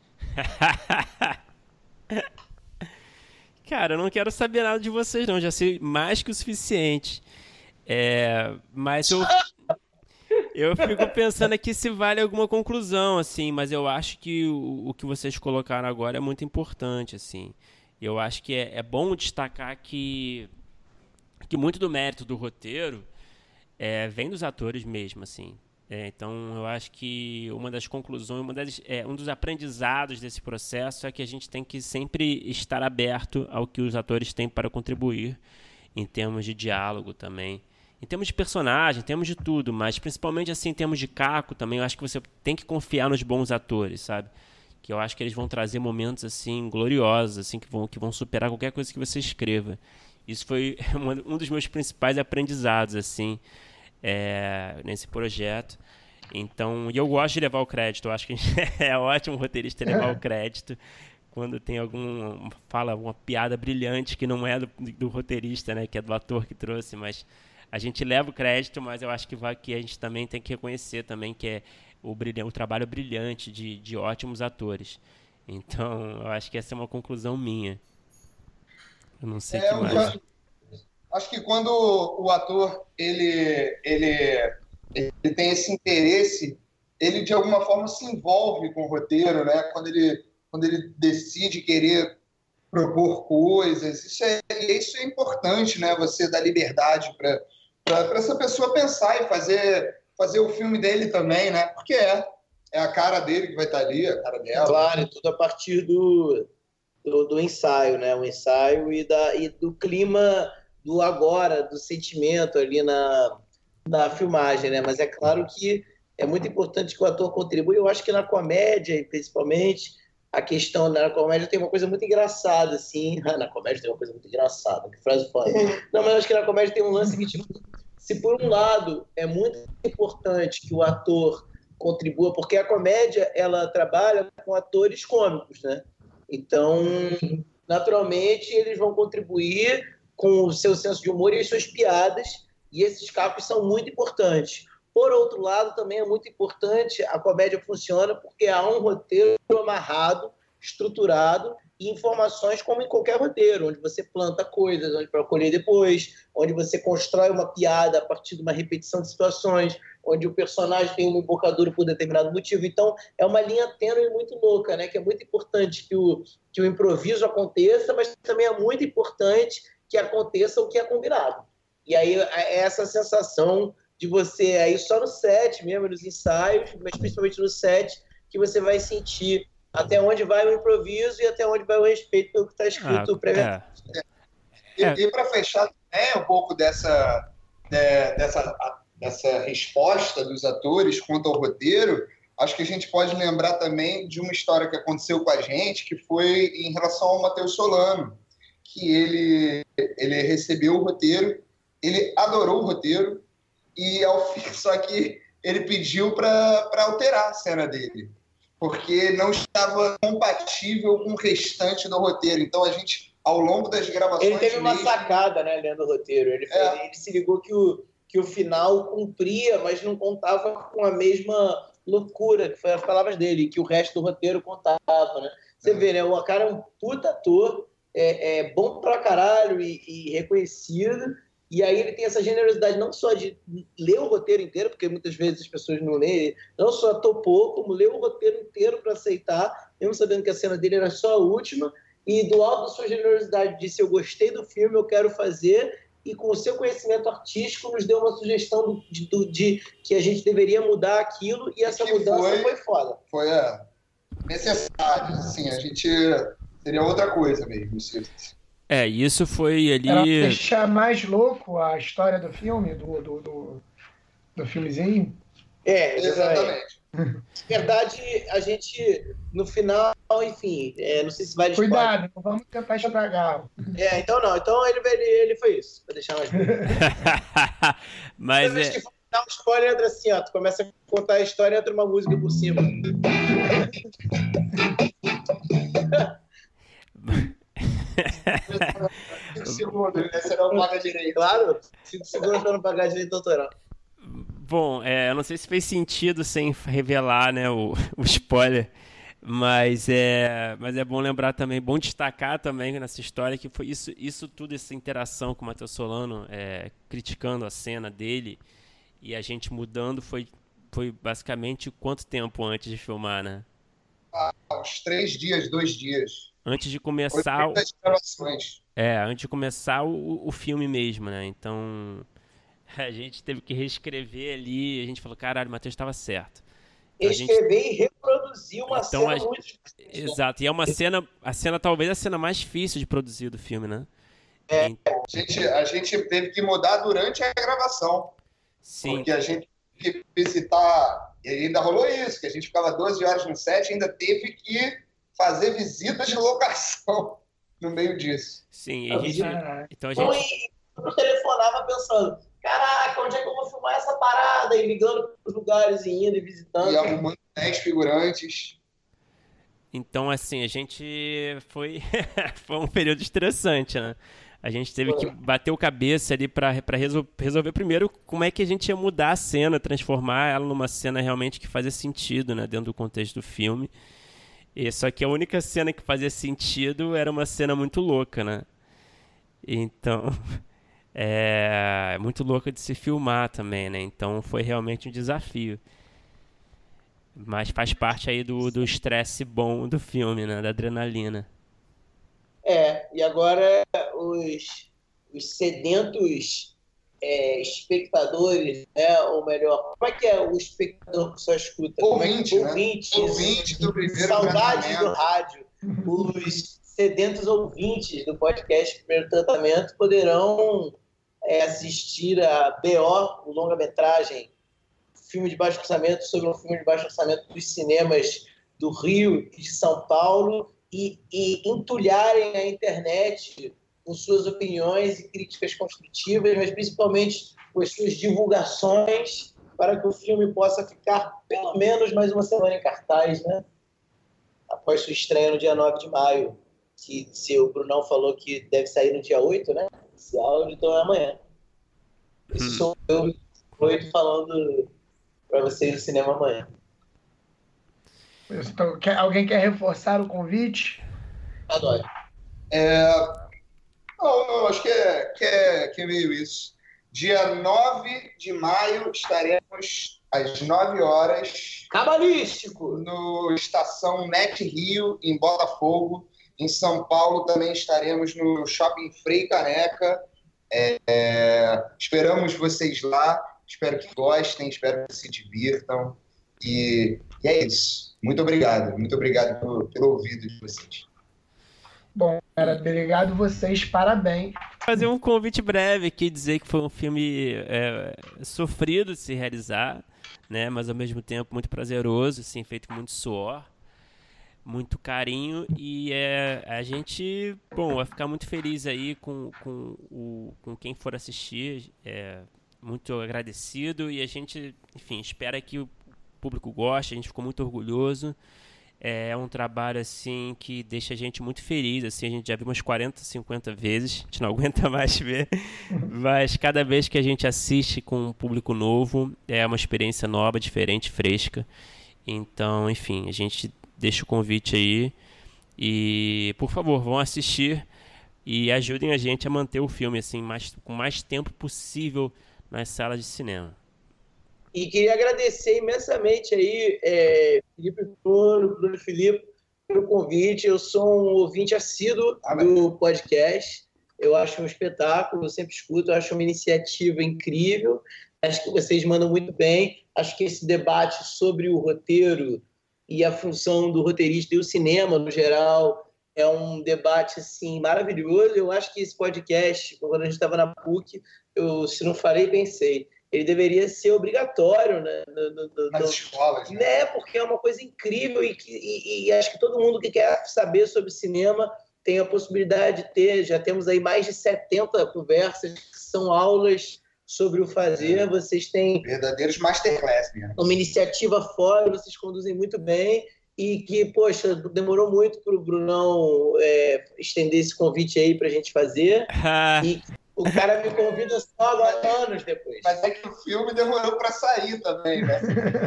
Cara, eu não quero saber nada de vocês, não, já sei mais que o suficiente. É, mas eu... Eu fico pensando aqui se vale alguma conclusão, assim, mas eu acho que o, o que vocês colocaram agora é muito importante, assim. Eu acho que é, é bom destacar que, que muito do mérito do roteiro é, vem dos atores mesmo, assim. É, então, eu acho que uma das conclusões, uma das, é, um dos aprendizados desse processo é que a gente tem que sempre estar aberto ao que os atores têm para contribuir, em termos de diálogo também. Em termos de personagem, em termos de tudo, mas principalmente assim, em termos de caco também, eu acho que você tem que confiar nos bons atores, sabe? Que eu acho que eles vão trazer momentos assim gloriosos, assim, que vão, que vão superar qualquer coisa que você escreva. Isso foi um dos meus principais aprendizados, assim, é, nesse projeto. Então, e eu gosto de levar o crédito, eu acho que é ótimo o roteirista levar o crédito quando tem algum, fala uma piada brilhante que não é do, do roteirista, né, que é do ator que trouxe, mas a gente leva o crédito, mas eu acho que, vai, que a gente também tem que reconhecer também que é o, brilha, o trabalho brilhante de, de ótimos atores. Então, eu acho que essa é uma conclusão minha. Eu não sei o é, que mais. Já, acho que quando o ator ele, ele, ele tem esse interesse, ele de alguma forma se envolve com o roteiro, né? Quando ele, quando ele decide querer propor coisas, isso é, isso é importante, né? Você dar liberdade para para essa pessoa pensar e fazer, fazer o filme dele também, né? Porque é, é a cara dele que vai estar ali, a cara dela. Claro, e tudo a partir do, do, do ensaio, né? O ensaio e, da, e do clima do agora, do sentimento ali na, na filmagem, né? Mas é claro que é muito importante que o ator contribua. Eu acho que na comédia, principalmente, a questão na comédia tem uma coisa muito engraçada, assim. Na comédia tem uma coisa muito engraçada, que frase foda. Não, mas acho que na comédia tem um lance que, tipo, se por um lado é muito importante que o ator contribua, porque a comédia, ela trabalha com atores cômicos, né? Então, naturalmente, eles vão contribuir com o seu senso de humor e as suas piadas, e esses cacos são muito importantes. Por outro lado, também é muito importante, a comédia funciona porque há um roteiro amarrado, estruturado, e informações como em qualquer roteiro, onde você planta coisas, onde para colher depois, onde você constrói uma piada a partir de uma repetição de situações, onde o personagem tem uma embocadura por determinado motivo. Então, é uma linha tênue muito louca, né? Que é muito importante que o, que o improviso aconteça, mas também é muito importante que aconteça o que é combinado. E aí, é essa sensação de você, aí só no set mesmo, nos ensaios, mas principalmente no set, que você vai sentir até onde vai o improviso e até onde vai o respeito pelo que está escrito ah, previamente. É. E, e para fechar também um pouco dessa, de, dessa, dessa resposta dos atores quanto ao roteiro, acho que a gente pode lembrar também de uma história que aconteceu com a gente, que foi em relação ao Matheus Solano, que ele, ele recebeu o roteiro, ele adorou o roteiro, e ao fim, só que ele pediu para alterar a cena dele, porque não estava compatível com o restante do roteiro. Então, a gente, ao longo das gravações... Ele teve uma mesmo, sacada, né, lendo o roteiro. Ele, fez, é. ele se ligou que o, que o final cumpria, mas não contava com a mesma loucura, que foi as palavras dele, que o resto do roteiro contava, né? Você é. vê, né? O cara é um puta ator, é, é bom pra caralho e, e reconhecido, e aí ele tem essa generosidade não só de ler o roteiro inteiro, porque muitas vezes as pessoas não leem, não só topou, como leu o roteiro inteiro para aceitar, mesmo sabendo que a cena dele era só a última, e do alto da sua generosidade disse, eu gostei do filme, eu quero fazer, e com o seu conhecimento artístico nos deu uma sugestão de, de, de que a gente deveria mudar aquilo, e essa mudança foi, foi foda. Foi é, necessário, assim, a gente seria outra coisa mesmo, isso. É, isso foi ali... Era deixar mais louco a história do filme, do, do, do, do filmezinho. É, exatamente. Na verdade, a gente, no final, enfim, é, não sei se vai... Cuidado, spoiler. Não vamos tentar estragar. É, então não. Então ele, ele, ele foi isso, pra deixar mais louco. Mas Toda é... vez que for dar um spoiler, entra assim, ó, tu começa a contar a história e entra uma música por cima. cinco segundos, né? Você não paga direito. Claro, cinco segundos para não pagar direito autoral. Bom, é, eu não sei se fez sentido sem revelar, né, o, o spoiler, mas é, mas é bom lembrar também, bom destacar também nessa história que foi isso, isso tudo, essa interação com o Matheus Solano, é, criticando a cena dele e a gente mudando, foi, foi basicamente quanto tempo antes de filmar, né? Ah, uns três dias, dois dias. Antes de começar o... É, antes de começar o, o filme mesmo, né? Então, a gente teve que reescrever ali, a gente falou, caralho, o Matheus estava certo. Então, Escrever gente... e reproduzir uma então, cena a... muito difícil. Exato, e é uma cena, a cena talvez a cena mais difícil de produzir do filme, né? É, então... a, gente, a gente teve que mudar durante a gravação. Sim. Porque a gente teve que visitar, e ainda rolou isso, que a gente ficava doze horas no set e ainda teve que fazer visitas de locação no meio disso. Sim, e a gente... Então a gente... Eu telefonava pensando, caraca, onde é que eu vou filmar essa parada? E ligando para os lugares e indo e visitando. E arrumando dez figurantes. Então, assim, a gente foi... foi um período estressante, né? A gente teve que bater o cabeça ali para resol... resolver primeiro como é que a gente ia mudar a cena, transformar ela numa cena realmente que fazia sentido, né? Dentro do contexto do filme. E, só que a única cena que fazia sentido era uma cena muito louca, né? Então, é muito louca de se filmar também, né? Então foi realmente um desafio. Mas faz parte aí do do estresse bom do filme, né? Da adrenalina. É, e agora os, os sedentos é, espectadores, né? Ou melhor, como é que é o espectador que só escuta? Ouvinte, é que... né? Ouvinte, Ouvinte do primeiro saudade do rádio. Os sedentos ouvintes do podcast Primeiro Tratamento poderão é, assistir a B O, o longa-metragem, filme de baixo orçamento, sobre um filme de baixo orçamento dos cinemas do Rio e de São Paulo e, e entulharem a internet com suas opiniões e críticas construtivas, mas principalmente com as suas divulgações para que o filme possa ficar pelo menos mais uma semana em cartaz, né? Após sua estreia no dia nove de maio, que se o Brunão falou que deve sair no dia oito, né? Esse áudio, então é amanhã. Isso Hum. sou eu, oito, falando para vocês no cinema amanhã. Então, quer- alguém quer reforçar o convite? Adoro. É, não, não, acho que é, que, é, que é meio isso. Dia nove de maio estaremos às nove horas Cabalístico! no Estação Net Rio, em Botafogo. Em São Paulo também estaremos no Shopping Frei Caneca. É, é, esperamos vocês lá. Espero que gostem, espero que se divirtam. E, e é isso. Muito obrigado. Muito obrigado pelo, pelo ouvido de vocês. Bom, cara, obrigado vocês, parabéns. Fazer um convite breve aqui, dizer que foi um filme é, sofrido de se realizar, né? Mas ao mesmo tempo muito prazeroso, assim, feito com muito suor, muito carinho, e é, a gente, bom, vai ficar muito feliz aí com, com, o, com quem for assistir, é, muito agradecido, e a gente, enfim, espera que o público goste, a gente ficou muito orgulhoso. É um trabalho, assim, que deixa a gente muito feliz, assim, a gente já viu umas quarenta, cinquenta vezes, a gente não aguenta mais ver, mas cada vez que a gente assiste com um público novo, é uma experiência nova, diferente, fresca. Então, enfim, a gente deixa o convite aí e, por favor, vão assistir e ajudem a gente a manter o filme, assim, mais, com o mais tempo possível nas salas de cinema. E queria agradecer imensamente aí, é, Felipe Bruno, Bruno e Felipe, pelo convite. Eu sou um ouvinte assíduo do podcast. Eu acho um espetáculo, eu sempre escuto, eu acho uma iniciativa incrível. Acho que vocês mandam muito bem. Acho que esse debate sobre o roteiro e a função do roteirista e o cinema, no geral, é um debate assim, maravilhoso. Eu acho que esse podcast, quando a gente estava na P U C, eu, se não falei, pensei. Ele deveria ser obrigatório, né? No, no, no, Nas no... escolas, né? né? Porque é uma coisa incrível e, que, e, e acho que todo mundo que quer saber sobre cinema tem a possibilidade de ter. Já temos aí mais de setenta conversas que são aulas sobre o fazer. É. Vocês têm verdadeiros masterclass, né? Uma iniciativa fora, vocês conduzem muito bem e que, poxa, demorou muito para o Brunão é, estender esse convite aí para a gente fazer. E o cara me convida só agora, anos depois. Mas é que o filme demorou para sair também, né?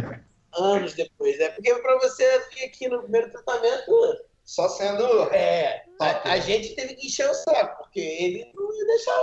Anos depois. É porque para você vir aqui no primeiro tratamento... Só sendo... É, a, a gente teve que encher o saco, porque ele não ia deixar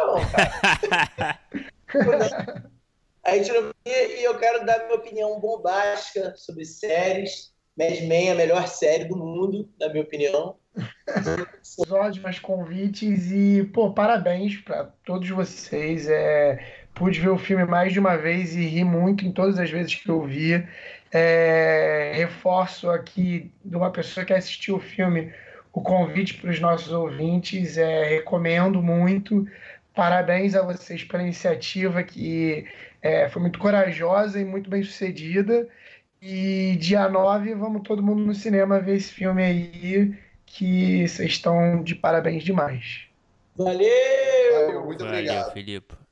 não, cara. A gente não ia, e eu quero dar minha opinião bombástica sobre séries. Mad Men é a melhor série do mundo, na minha opinião. Ótimos convites e, pô, parabéns para todos vocês. É, pude ver o filme mais de uma vez e ri muito em todas as vezes que eu vi. É, reforço aqui de uma pessoa que assistiu o filme o convite para os nossos ouvintes. É, recomendo muito. Parabéns a vocês pela iniciativa que é, foi muito corajosa e muito bem sucedida. E dia nove, vamos todo mundo no cinema ver esse filme aí, que vocês estão de parabéns demais. Valeu! Valeu, muito Valeu, obrigado. Filipe.